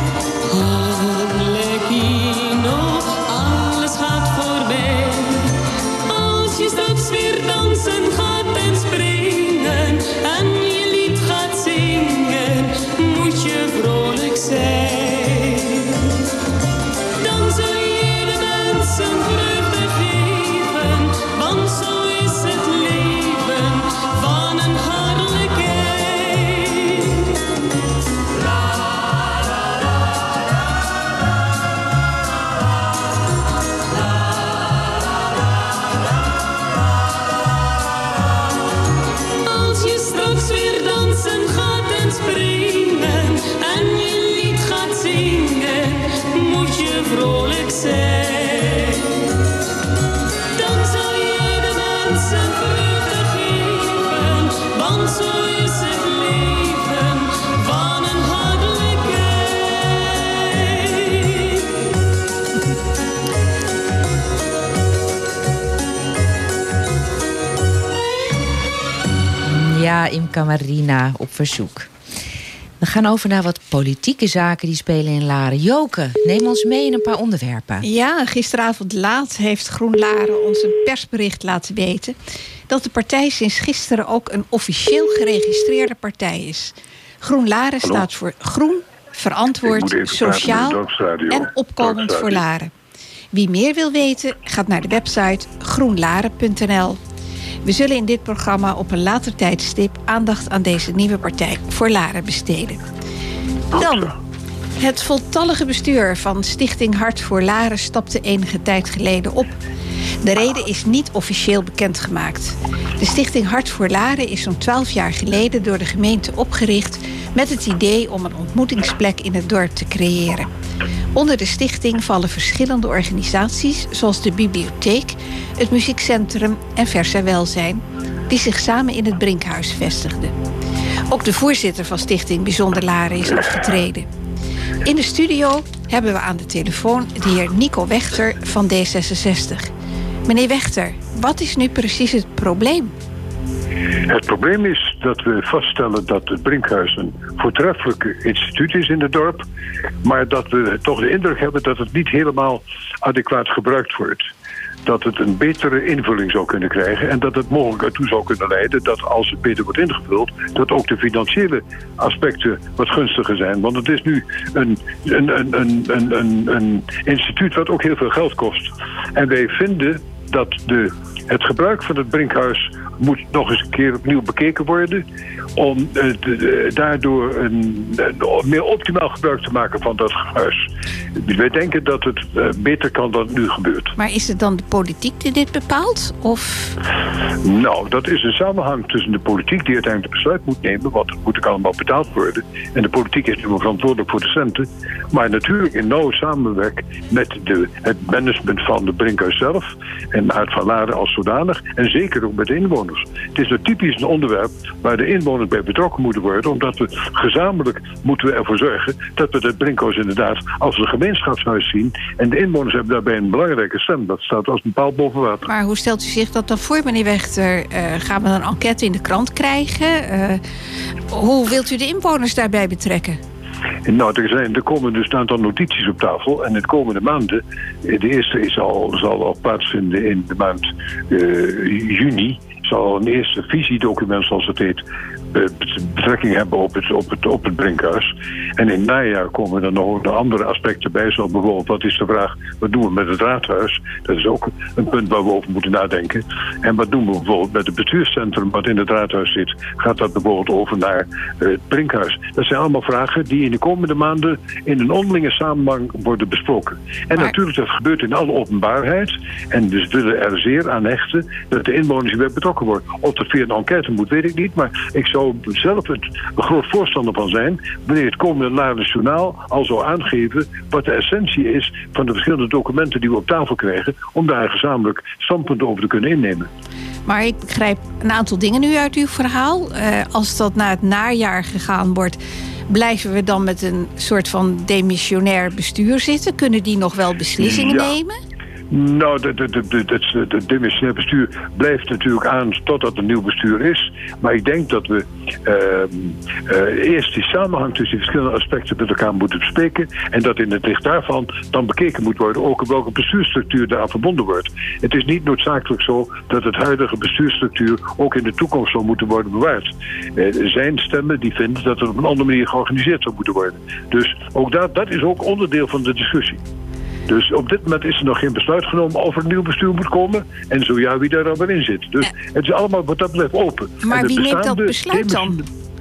J: Harlekino, alles gaat voorbij. Als je straks weer dansen gaat en springen en je lied gaat zingen, moet je vrolijk zijn. Dan zul je de mensen vreugde geven, want zo is het leven van een harlekijn. Als je straks weer dansen gaat en springen en je lied gaat zingen, moet je vrolijk zijn. Dan zal je de mensen vreugde geven, want zo is het leven van een harlekijn.
B: Ja, Imca Marina op verzoek. We gaan over naar wat politieke zaken die spelen in Laren. Joke, neem ons mee in een paar onderwerpen.
E: Ja, gisteravond laat heeft GroenLaren ons een persbericht laten weten dat de partij sinds gisteren ook een officieel geregistreerde partij is. GroenLaren staat voor groen, verantwoord, sociaal en opkomend voor Laren. Wie meer wil weten, gaat naar de website groenlaren.nl. We zullen in dit programma op een later tijdstip aandacht aan deze nieuwe partij voor Laren besteden. Dan, het voltallige bestuur van Stichting Hart voor Laren stapte enige tijd geleden op. De reden is niet officieel bekendgemaakt. De Stichting Hart voor Laren is zo'n 12 jaar geleden door de gemeente opgericht met het idee om een ontmoetingsplek in het dorp te creëren. Onder de stichting vallen verschillende organisaties zoals de bibliotheek, het muziekcentrum en Versa Welzijn, die zich samen in het Brinkhuis vestigden. Ook de voorzitter van Stichting Bijzonder Laren is afgetreden. In de studio hebben we aan de telefoon de heer Nico Wechter van D66. Meneer Wechter, wat is nu precies het probleem?
K: Het probleem is dat we vaststellen dat het Brinkhuis een voortreffelijk instituut is in het dorp, maar dat we toch de indruk hebben dat het niet helemaal adequaat gebruikt wordt. Dat het een betere invulling zou kunnen krijgen en dat het mogelijk ertoe zou kunnen leiden dat als het beter wordt ingevuld, dat ook de financiële aspecten wat gunstiger zijn. Want het is nu een instituut wat ook heel veel geld kost. En wij vinden dat het gebruik van het Brinkhuis moet nog eens een keer opnieuw bekeken worden om daardoor een meer optimaal gebruik te maken van dat huis. Wij denken dat het beter kan dan het nu gebeurt.
E: Maar is het dan de politiek die dit bepaalt? Of?
K: Nou, dat is een samenhang tussen de politiek die uiteindelijk het besluit moet nemen, want het moet ook allemaal betaald worden. En de politiek is nu verantwoordelijk voor de centen. Maar natuurlijk in nauwe samenwerking met het management van de Brinkhuis zelf en Hart van Laren als zodanig. En zeker ook met de inwoners. Het is nou typisch een onderwerp waar de inwoners bij betrokken moeten worden, omdat we gezamenlijk moeten ervoor zorgen dat we het Brinkhuis inderdaad als een gemeenschapshuis zien. En de inwoners hebben daarbij een belangrijke stem. Dat staat als een paal boven water.
E: Maar hoe stelt u zich dat dan voor, meneer Wechter? Gaan we een enquête in de krant krijgen? Hoe wilt u de inwoners daarbij betrekken?
K: Nou, er komen dus een aantal notities op tafel. En in de komende maanden, de eerste zal al plaatsvinden in de maand juni, zal een eerste visiedocument, zoals het heet, betrekking hebben op het Brinkhuis. En in het najaar komen er nog andere aspecten bij, zoals bijvoorbeeld wat is de vraag, wat doen we met het raadhuis? Dat is ook een punt waar we over moeten nadenken. En wat doen we bijvoorbeeld met het bestuurscentrum wat in het raadhuis zit? Gaat dat bijvoorbeeld over naar het Brinkhuis? Dat zijn allemaal vragen die in de komende maanden in een onderlinge samenhang worden besproken. En natuurlijk, dat gebeurt in alle openbaarheid. En dus willen er zeer aan hechten dat de inwoners hierbij betrokken worden. Of dat via een enquête moet, weet ik niet. Maar ik zou zelf een groot voorstander van zijn wanneer het komende Laren Journaal al zou aangeven wat de essentie is van de verschillende documenten die we op tafel krijgen, om daar gezamenlijk standpunten over te kunnen innemen.
E: Maar ik begrijp een aantal dingen nu uit uw verhaal. Als dat naar het najaar gegaan wordt, Blijven we dan met een soort van demissionair bestuur zitten? Kunnen die nog wel beslissingen nemen?
K: Nou, het demissionair bestuur blijft natuurlijk aan totdat er een nieuw bestuur is. Maar ik denk dat we eerst die samenhang tussen die verschillende aspecten met elkaar moeten bespreken. En dat in het licht daarvan dan bekeken moet worden ook welke bestuursstructuur daaraan verbonden wordt. Het is niet noodzakelijk zo dat het huidige bestuursstructuur ook in de toekomst zal moeten worden bewaard. Er zijn stemmen die vinden dat het op een andere manier georganiseerd zou moeten worden. Dus ook dat is ook onderdeel van de discussie. Dus op dit moment is er nog geen besluit genomen of er een nieuw bestuur moet komen. En zo ja, wie daar dan weer in zit. Dus het is allemaal wat dat blijft open.
E: Maar wie neemt dat besluit dan?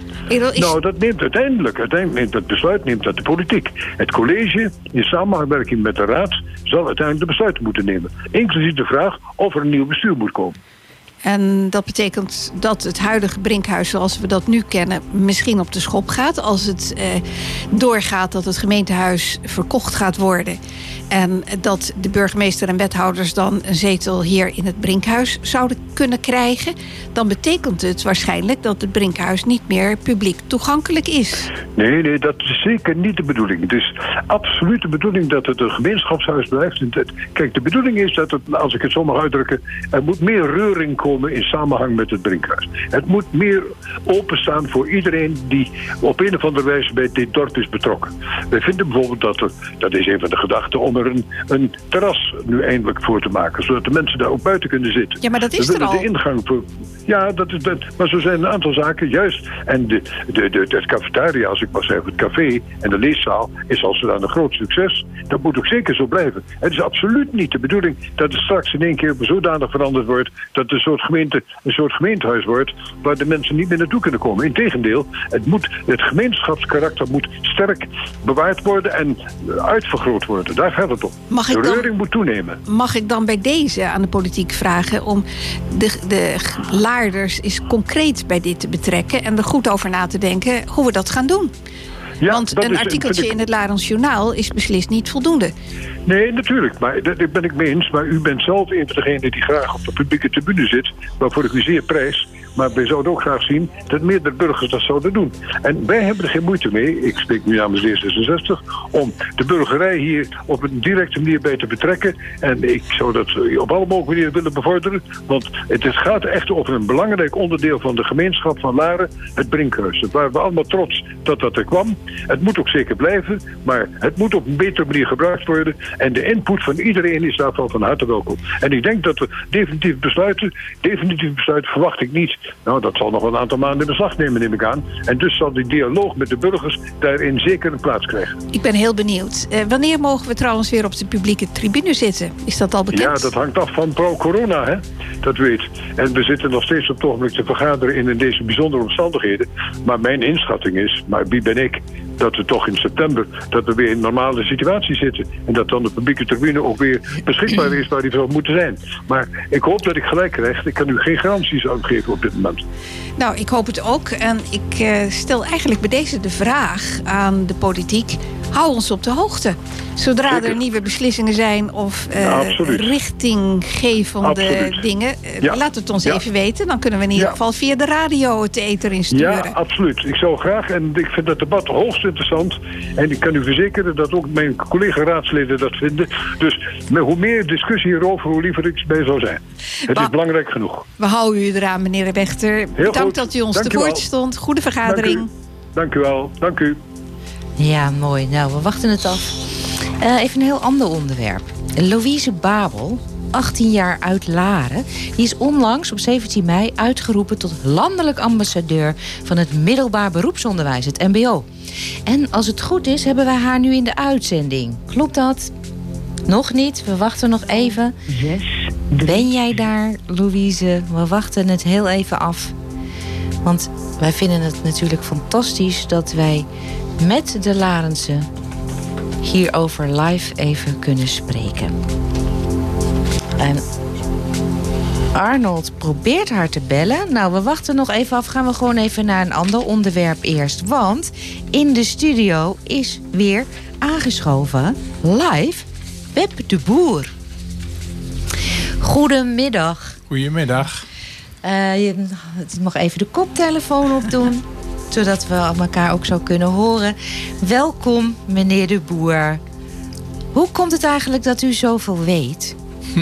K: Nou, dat neemt uiteindelijk neemt dat besluit neemt dat de politiek. Het college, in samenwerking met de raad, zal uiteindelijk de besluiten moeten nemen. Inclusief de vraag of er een nieuw bestuur moet komen.
E: En dat betekent dat het huidige Brinkhuis zoals we dat nu kennen misschien op de schop gaat. Als het doorgaat dat het gemeentehuis verkocht gaat worden. En dat de burgemeester en wethouders dan een zetel hier in het Brinkhuis zouden kunnen krijgen. Dan betekent het waarschijnlijk dat het Brinkhuis niet meer publiek toegankelijk is.
K: Nee, dat is zeker niet de bedoeling. Het is absoluut de bedoeling dat het een gemeenschapshuis blijft. Kijk, de bedoeling is dat het, als ik het zo mag uitdrukken, er moet meer reuring komen in samenhang met het Brinkhuis. Het moet meer openstaan voor iedereen die op een of andere wijze bij dit dorp is betrokken. Wij vinden bijvoorbeeld dat is een van de gedachten, om er een terras nu eindelijk voor te maken, zodat de mensen daar ook buiten kunnen zitten.
E: Ja, maar dat is er al.
K: De ingang voor. Ja, maar zo zijn een aantal zaken, juist. En het cafetaria, als ik maar zeg, het café en de leeszaal is als zodanig een groot succes. Dat moet ook zeker zo blijven. Het is absoluut niet de bedoeling dat het straks in één keer zodanig veranderd wordt dat het een soort gemeentehuis wordt waar de mensen niet meer naartoe kunnen komen. Integendeel, het gemeenschapskarakter moet sterk bewaard worden en uitvergroot worden. Daar gaat het om. De reuring moet toenemen.
E: Mag ik dan bij deze aan de politiek vragen om de Laarders eens concreet bij dit te betrekken en er goed over na te denken hoe we dat gaan doen? Ja, want een artikeltje in het Laarens Journaal is beslist niet voldoende.
K: Nee, natuurlijk. Maar daar ben ik mee eens. Maar u bent zelf een van degenen die graag op de publieke tribune zit, waarvoor ik u zeer prijs. Maar wij zouden ook graag zien dat meerdere burgers dat zouden doen. En wij hebben er geen moeite mee, ik spreek nu namens D66, om de burgerij hier op een directe manier bij te betrekken. En ik zou dat op alle mogelijke manieren willen bevorderen. Want het gaat echt over een belangrijk onderdeel van de gemeenschap van Laren, het Brinkhuis. Het waren we allemaal trots dat er kwam. Het moet ook zeker blijven, maar het moet op een betere manier gebruikt worden. En de input van iedereen is daarvan van harte welkom. En ik denk dat we definitief besluiten verwacht ik niet. Nou, dat zal nog een aantal maanden in beslag nemen, neem ik aan. En dus zal die dialoog met de burgers daarin zeker een plaats krijgen.
E: Ik ben heel benieuwd. Wanneer mogen we trouwens weer op de publieke tribune zitten? Is dat al bekend?
K: Ja, dat hangt af van pro-corona, hè. Dat weet. En we zitten nog steeds op het ogenblik te vergaderen in deze bijzondere omstandigheden. Maar mijn inschatting is, maar wie ben ik, dat we toch in september dat we weer in een normale situatie zitten. En dat dan de publieke tribune ook weer beschikbaar is waar die zou moeten zijn. Maar ik hoop dat ik gelijk krijg. Ik kan u geen garanties uitgeven op dit moment.
E: Nou, ik hoop het ook. En ik stel eigenlijk bij deze de vraag aan de politiek. Hou ons op de hoogte. Zodra er nieuwe beslissingen zijn of richtinggevende dingen, laat het ons even weten. Dan kunnen we in ieder geval via de radio het ether insturen.
K: Ja, absoluut. Ik zou graag, en ik vind dat debat hoogst interessant. En ik kan u verzekeren dat ook mijn collega-raadsleden dat vinden. Dus hoe meer discussie hierover, hoe liever ik bij zou zijn. Het is belangrijk genoeg.
E: We houden u eraan, meneer de Wechter. Bedankt dat u ons te woord stond. Goede vergadering.
K: Dank u wel. Dank u.
B: Ja, mooi. Nou, we wachten het af. Even een heel ander onderwerp. Louise Babel, 18 jaar uit Laren, die is onlangs op 17 mei uitgeroepen tot landelijk ambassadeur van het middelbaar beroepsonderwijs, het MBO. En als het goed is, hebben wij haar nu in de uitzending. Klopt dat? Nog niet, we wachten nog even. Ben jij daar, Louise? We wachten het heel even af. Want wij vinden het natuurlijk fantastisch dat wij met de Larense hierover live even kunnen spreken. En Arnold probeert haar te bellen. Nou, we wachten nog even af. Gaan we gewoon even naar een ander onderwerp eerst. Want in de studio is weer aangeschoven live Web de Boer. Goedemiddag.
L: Goedemiddag.
B: Je mag even de koptelefoon opdoen. zodat we elkaar ook zo kunnen horen. Welkom, meneer de Boer. Hoe komt het eigenlijk dat u zoveel weet?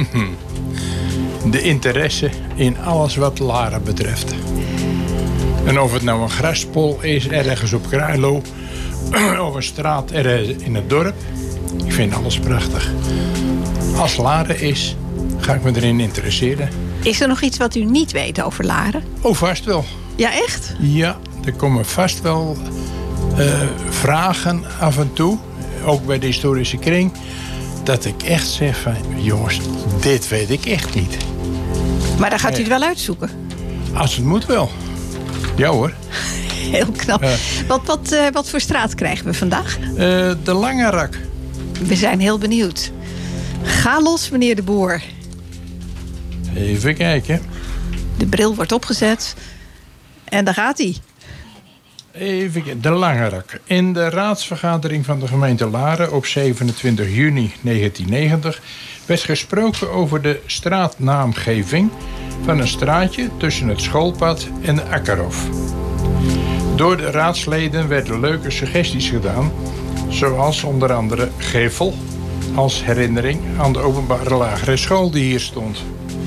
L: De interesse in alles wat Laren betreft. En of het nou een graspol is ergens op Kruilo of een straat ergens in het dorp. Ik vind alles prachtig. Als Laren is, ga ik me erin interesseren.
E: Is er nog iets wat u niet weet over Laren?
L: Oh, vast wel.
E: Ja, echt?
L: Ja, er komen vast wel vragen af en toe. Ook bij de historische kring. Dat ik echt zeg van, jongens, dit weet ik echt niet.
E: Maar dan gaat u het wel uitzoeken?
L: Als het moet wel. Ja hoor.
E: Heel knap. Wat voor straat krijgen we vandaag?
L: De Langerak.
E: We zijn heel benieuwd. Ga los, meneer de Boer.
L: Even kijken.
E: De bril wordt opgezet. En daar gaat hij.
L: Even kijken. De Langerak. In de raadsvergadering van de gemeente Laren op 27 juni 1990... werd gesproken over de straatnaamgeving van een straatje tussen het schoolpad en de Akkerhof. Door de raadsleden werden leuke suggesties gedaan, zoals onder andere Gevel, als herinnering aan de openbare lagere school die hier stond.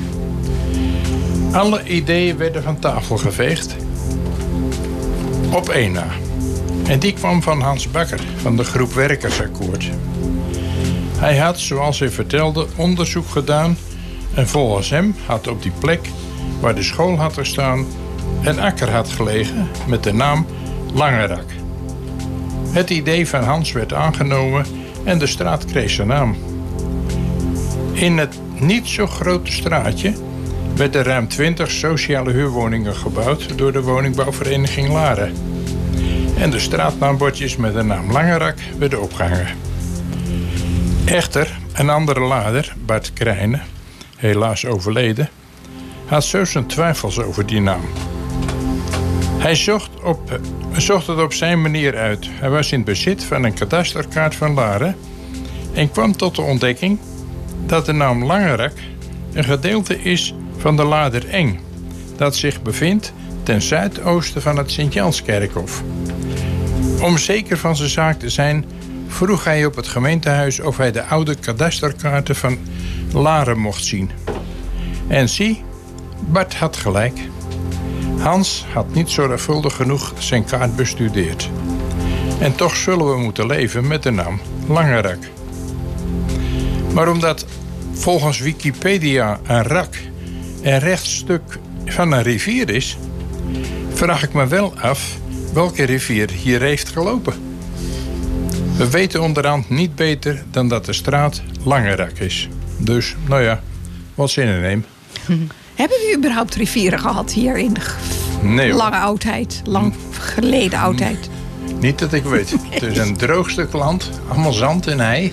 L: Alle ideeën werden van tafel geveegd, op één na. En die kwam van Hans Bakker van de groep Werkersakkoord. Hij had, zoals hij vertelde, onderzoek gedaan en volgens hem had op die plek waar de school had gestaan een akker had gelegen met de naam Langerak. Het idee van Hans werd aangenomen en de straat kreeg zijn naam. In het niet zo grote straatje werden ruim 20 sociale huurwoningen gebouwd door de woningbouwvereniging Laren. En de straatnaambordjes met de naam Langerak werden opgehangen. Echter, een andere lader, Bart Krijnen, helaas overleden, had zo zijn twijfels over die naam. Hij zocht het op zijn manier uit. Hij was in bezit van een kadasterkaart van Laren en kwam tot de ontdekking dat de naam Langerak een gedeelte is van de Lader Eng, dat zich bevindt ten zuidoosten van het Sint-Janskerkhof. Om zeker van zijn zaak te zijn, vroeg hij op het gemeentehuis of hij de oude kadasterkaarten van Laren mocht zien. En zie, Bart had gelijk. Hans had niet zorgvuldig genoeg zijn kaart bestudeerd. En toch zullen we moeten leven met de naam Langerak. Maar omdat volgens Wikipedia een rak een rechtstuk van een rivier is, vraag ik me wel af welke rivier hier heeft gelopen. We weten onderhand niet beter dan dat de straat Langerak is. Dus, nou ja, wat zin in neem.
E: Hebben we überhaupt rivieren gehad hier in
L: Nee,
E: lange oudheid? Lang geleden oudheid?
L: Niet dat ik weet. Het is een droog stuk land, allemaal zand en hei.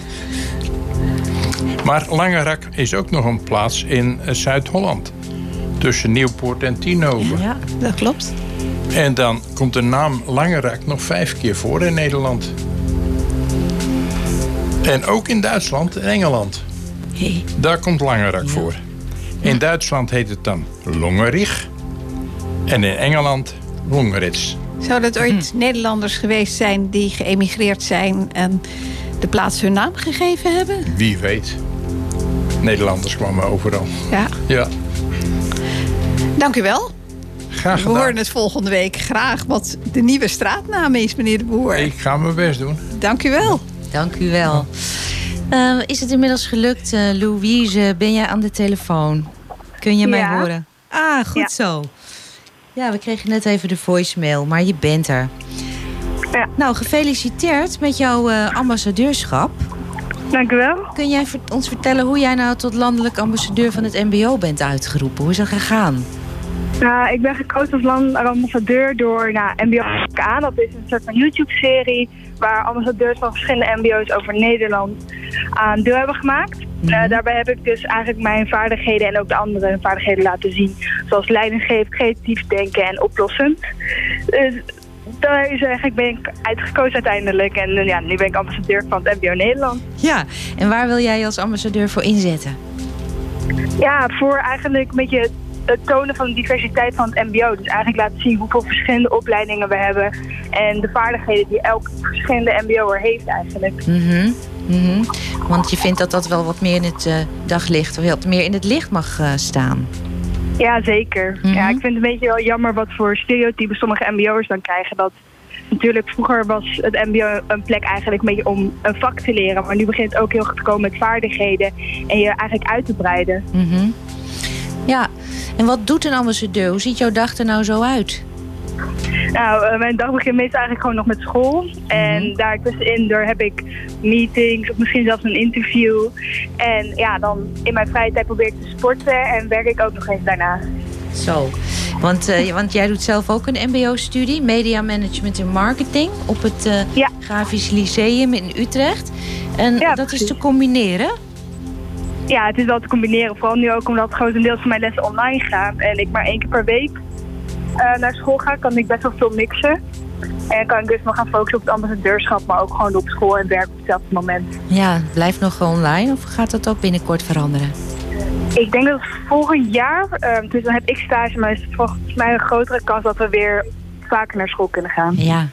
L: Maar Langerak is ook nog een plaats in Zuid-Holland. Tussen Nieuwpoort en Tienhoven.
E: Ja, dat klopt.
L: En dan komt de naam Langerak nog 5 keer voor in Nederland. En ook in Duitsland en Engeland.
E: Hey.
L: Daar komt Langerak voor. In Duitsland heet het dan Longerich. En in Engeland Longeritz.
E: Zou dat ooit Nederlanders geweest zijn die geëmigreerd zijn en de plaats hun naam gegeven hebben?
L: Wie weet. Nederlanders kwamen overal.
E: Ja.
L: Ja.
E: Dank u wel.
L: Graag
E: We
L: gedaan.
E: horen het volgende week graag wat de nieuwe straatnaam is, meneer de Boer.
L: Ik ga mijn best doen.
E: Dank u wel.
B: Dank u wel. Is het inmiddels gelukt, Louise? Ben jij aan de telefoon? Kun je mij horen? Ah, goed zo. Ja, we kregen net even de voicemail, maar je bent er.
M: Ja.
B: Nou, gefeliciteerd met jouw ambassadeurschap.
M: Dank u wel.
B: Kun jij ons vertellen hoe jij nou tot landelijk ambassadeur van het MBO bent uitgeroepen? Hoe is dat gegaan?
M: Nou, ik ben gekozen als landelijk ambassadeur door MBO aan. Dat is een soort van YouTube-serie waar ambassadeurs van verschillende MBO's over Nederland aan deel hebben gemaakt. Daarbij heb ik dus eigenlijk mijn vaardigheden en ook de andere vaardigheden laten zien. Zoals leidinggeven, creatief denken en oplossend. Dus daar is eigenlijk ben ik uitgekozen uiteindelijk. En nu ben ik ambassadeur van het MBO Nederland.
B: Ja, en waar wil jij als ambassadeur voor inzetten?
M: Ja, voor eigenlijk een beetje het tonen van de diversiteit van het mbo. Dus eigenlijk laten zien hoeveel verschillende opleidingen we hebben. En de vaardigheden die elk verschillende mbo'er heeft eigenlijk.
B: Want je vindt dat dat wel wat meer in het daglicht, of wat meer in het licht mag staan.
M: Ja, zeker. Ja, ik vind het een beetje wel jammer wat voor stereotypen sommige mbo'ers dan krijgen. Dat natuurlijk vroeger was het mbo een plek eigenlijk een beetje om een vak te leren. Maar nu begint het ook heel goed te komen met vaardigheden en je eigenlijk uit te breiden.
B: Ja, en wat doet een ambassadeur? Hoe ziet jouw dag er nou zo uit?
M: Nou, mijn dag begint meestal eigenlijk gewoon nog met school. En daartussenin heb ik meetings of misschien zelfs een interview. En ja, dan in mijn vrije tijd probeer ik te sporten en werk ik ook nog eens daarna.
B: Zo, want jij doet zelf ook een mbo-studie, Media Management en Marketing, op het Grafisch Lyceum in Utrecht. En dat is te combineren?
M: Ja, het is wel te combineren. Vooral nu ook omdat grotendeels van mijn lessen online gaan. En ik maar 1 keer per week naar school ga, kan ik best wel veel mixen. En kan ik dus nog gaan focussen op het ambassadeurschap, maar ook gewoon op school en werk op hetzelfde moment.
B: Ja, het blijft nog online of gaat dat ook binnenkort veranderen?
M: Ik denk dat volgend jaar, dus dan heb ik stage, maar is het volgens mij een grotere kans dat we weer vaker naar school kunnen gaan.
B: Ja.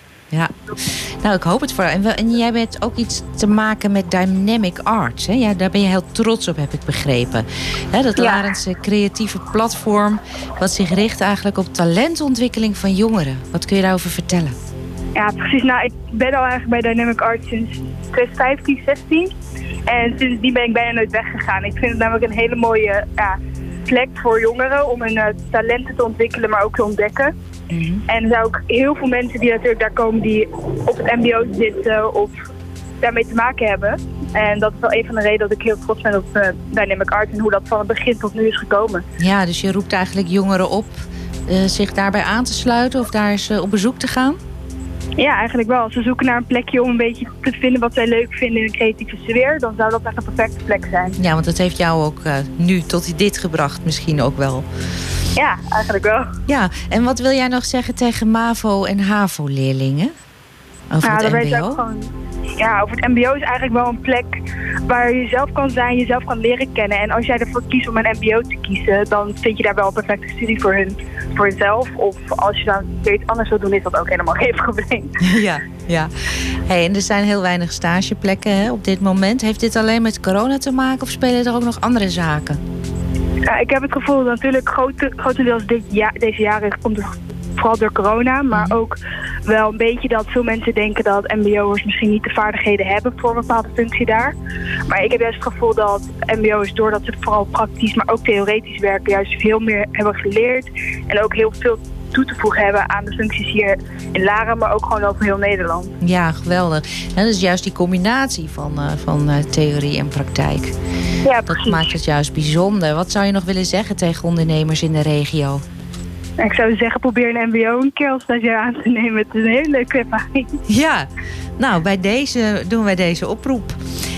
B: Nou, ik hoop het voor jou. En jij hebt ook iets te maken met Dynamic Arts. Hè? Ja, daar ben je heel trots op, heb ik begrepen. Dat Larentse creatieve platform, wat zich richt eigenlijk op talentontwikkeling van jongeren. Wat kun je daarover vertellen?
M: Ja, precies. Nou, ik ben al eigenlijk bij Dynamic Arts sinds 2015, 16. En sindsdien ben ik bijna nooit weggegaan. Ik vind het namelijk een hele mooie plek voor jongeren om hun talenten te ontwikkelen, maar ook te ontdekken. En er zijn ook heel veel mensen die natuurlijk daar komen die op het mbo zitten of daarmee te maken hebben. En dat is wel een van de redenen dat ik heel trots ben op Dynamic Arts en hoe dat van het begin tot nu is gekomen. Ja, dus je roept eigenlijk jongeren op zich daarbij aan te sluiten of daar eens op bezoek te gaan? Ja, eigenlijk wel. Als ze zoeken naar een plekje om een beetje te vinden wat zij leuk vinden in een creatieve sfeer, dan zou dat echt een perfecte plek zijn. Ja, want dat heeft jou ook nu tot dit gebracht misschien ook wel. Ja, eigenlijk wel. Ja, en wat wil jij nog zeggen tegen MAVO- en HAVO-leerlingen? Over het mbo? Over het mbo is eigenlijk wel een plek waar je jezelf kan zijn, jezelf kan leren kennen. En als jij ervoor kiest om een mbo te kiezen, dan vind je daar wel een perfecte studie voor jezelf. Of als je dan weer iets anders wil doen, is dat ook helemaal geen probleem. Ja. Hey, en er zijn heel weinig stageplekken op dit moment. Heeft dit alleen met corona te maken of spelen er ook nog andere zaken? Ja, ik heb het gevoel dat natuurlijk grotendeels deze jaren komt het vooral door corona, maar ook wel een beetje dat veel mensen denken dat mbo'ers misschien niet de vaardigheden hebben voor een bepaalde functie daar. Maar ik heb juist het gevoel dat mbo'ers, doordat ze vooral praktisch, maar ook theoretisch werken, juist veel meer hebben geleerd en ook heel veel toe te voegen hebben aan de functies hier in Laren, maar ook gewoon over heel Nederland. Ja, geweldig. En dat is juist die combinatie van theorie en praktijk. Ja, precies. Dat maakt het juist bijzonder. Wat zou je nog willen zeggen tegen ondernemers in de regio? Ik zou zeggen, probeer een mbo een keer als stagiair aan te nemen. Het is een hele leuke ervaring. Ja, nou, bij deze doen wij deze oproep.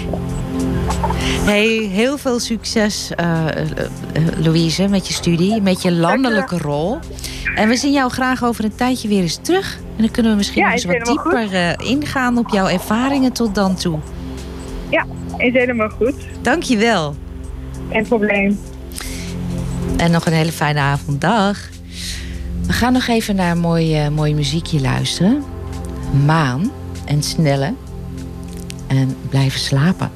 M: Hey, heel veel succes, Louise, met je studie, met je landelijke rol. En we zien jou graag over een tijdje weer eens terug. En dan kunnen we misschien eens wat dieper ingaan op jouw ervaringen tot dan toe. Ja, is helemaal goed. Dank je wel. Geen probleem. En nog een hele fijne avond. Dag. We gaan nog even naar een mooi muziekje luisteren. Maan en Snelle. En blijven slapen.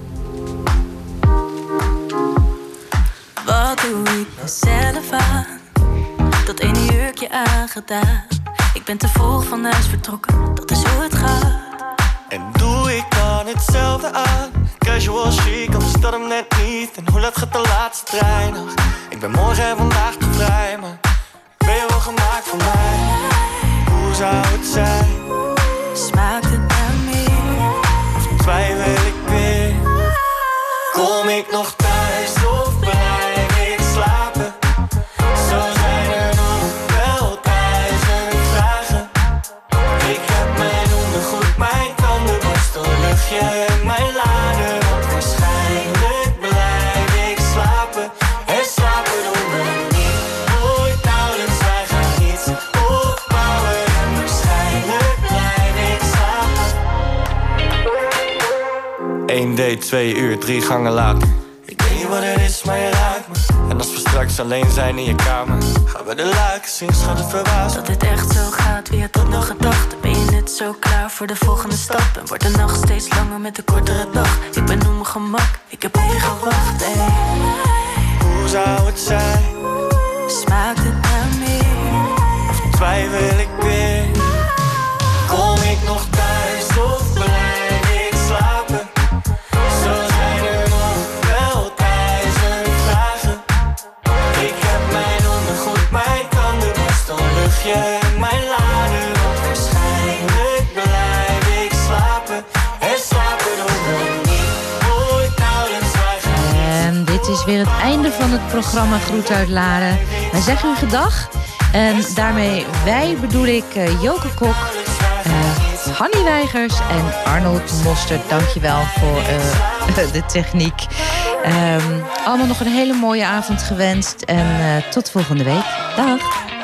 N: Wat doe ik mezelf aan? Dat ene jurkje aangedaan. Ik ben te vroeg van huis vertrokken, dat is hoe het gaat.
O: En doe ik dan hetzelfde aan? Casual chic, anders dat hem net niet. En hoe laat gaat de laatste trein nog? Ik ben morgen en vandaag te vrij, maar ben je wel gemaakt voor mij? Hoe zou het zijn?
N: Smaakt het naar meer?
O: Of twijfel ik weer? Kom ik nog thuis of blijf ik slapen? Zo zijn er nog wel 1000 vragen. Ik heb mijn ondergoed, mijn tandenborstel, luchtje en mijn lader. Want waarschijnlijk blijf ik slapen. En slapen doen we niet. Nooit nauwelijks, wij gaan iets opbouwen. En waarschijnlijk blijf ik slapen. 1 date, 2 uur, 3 gangen later. Ik weet niet wat het is, maar je raakt me. En als we straks alleen zijn in je kamer. Gaan we de lakens zien, schat, verbaasd.
N: Dat dit echt zo gaat, wie had dat nog gedacht? Ben je net zo klaar voor de volgende stap? En wordt de nacht steeds langer met de kortere dag? Ik ben op mijn gemak, ik heb op je gewacht, ey.
O: Hoe zou het zijn?
N: Smaakt het naar meer?
O: Of twijfel ik weer? Kom ik nog thuis of blijf ik slapen? Zo zijn er nog wel 1000 vragen. Ik heb mijn ondergoed, mijn tandenborstel, luchtje en mijn lader. Want waarschijnlijk blijf ik slapen. En slapen doen we niet ooit houden zwijgen.
B: En dit is weer het einde van het programma Groet uit Laren. Wij zeggen u gedag. En daarmee wij bedoel ik Joke Kok, Hanny Weigers en Arnold Mostert. Dankjewel voor de techniek. Allemaal nog een hele mooie avond gewenst. En tot volgende week. Dag.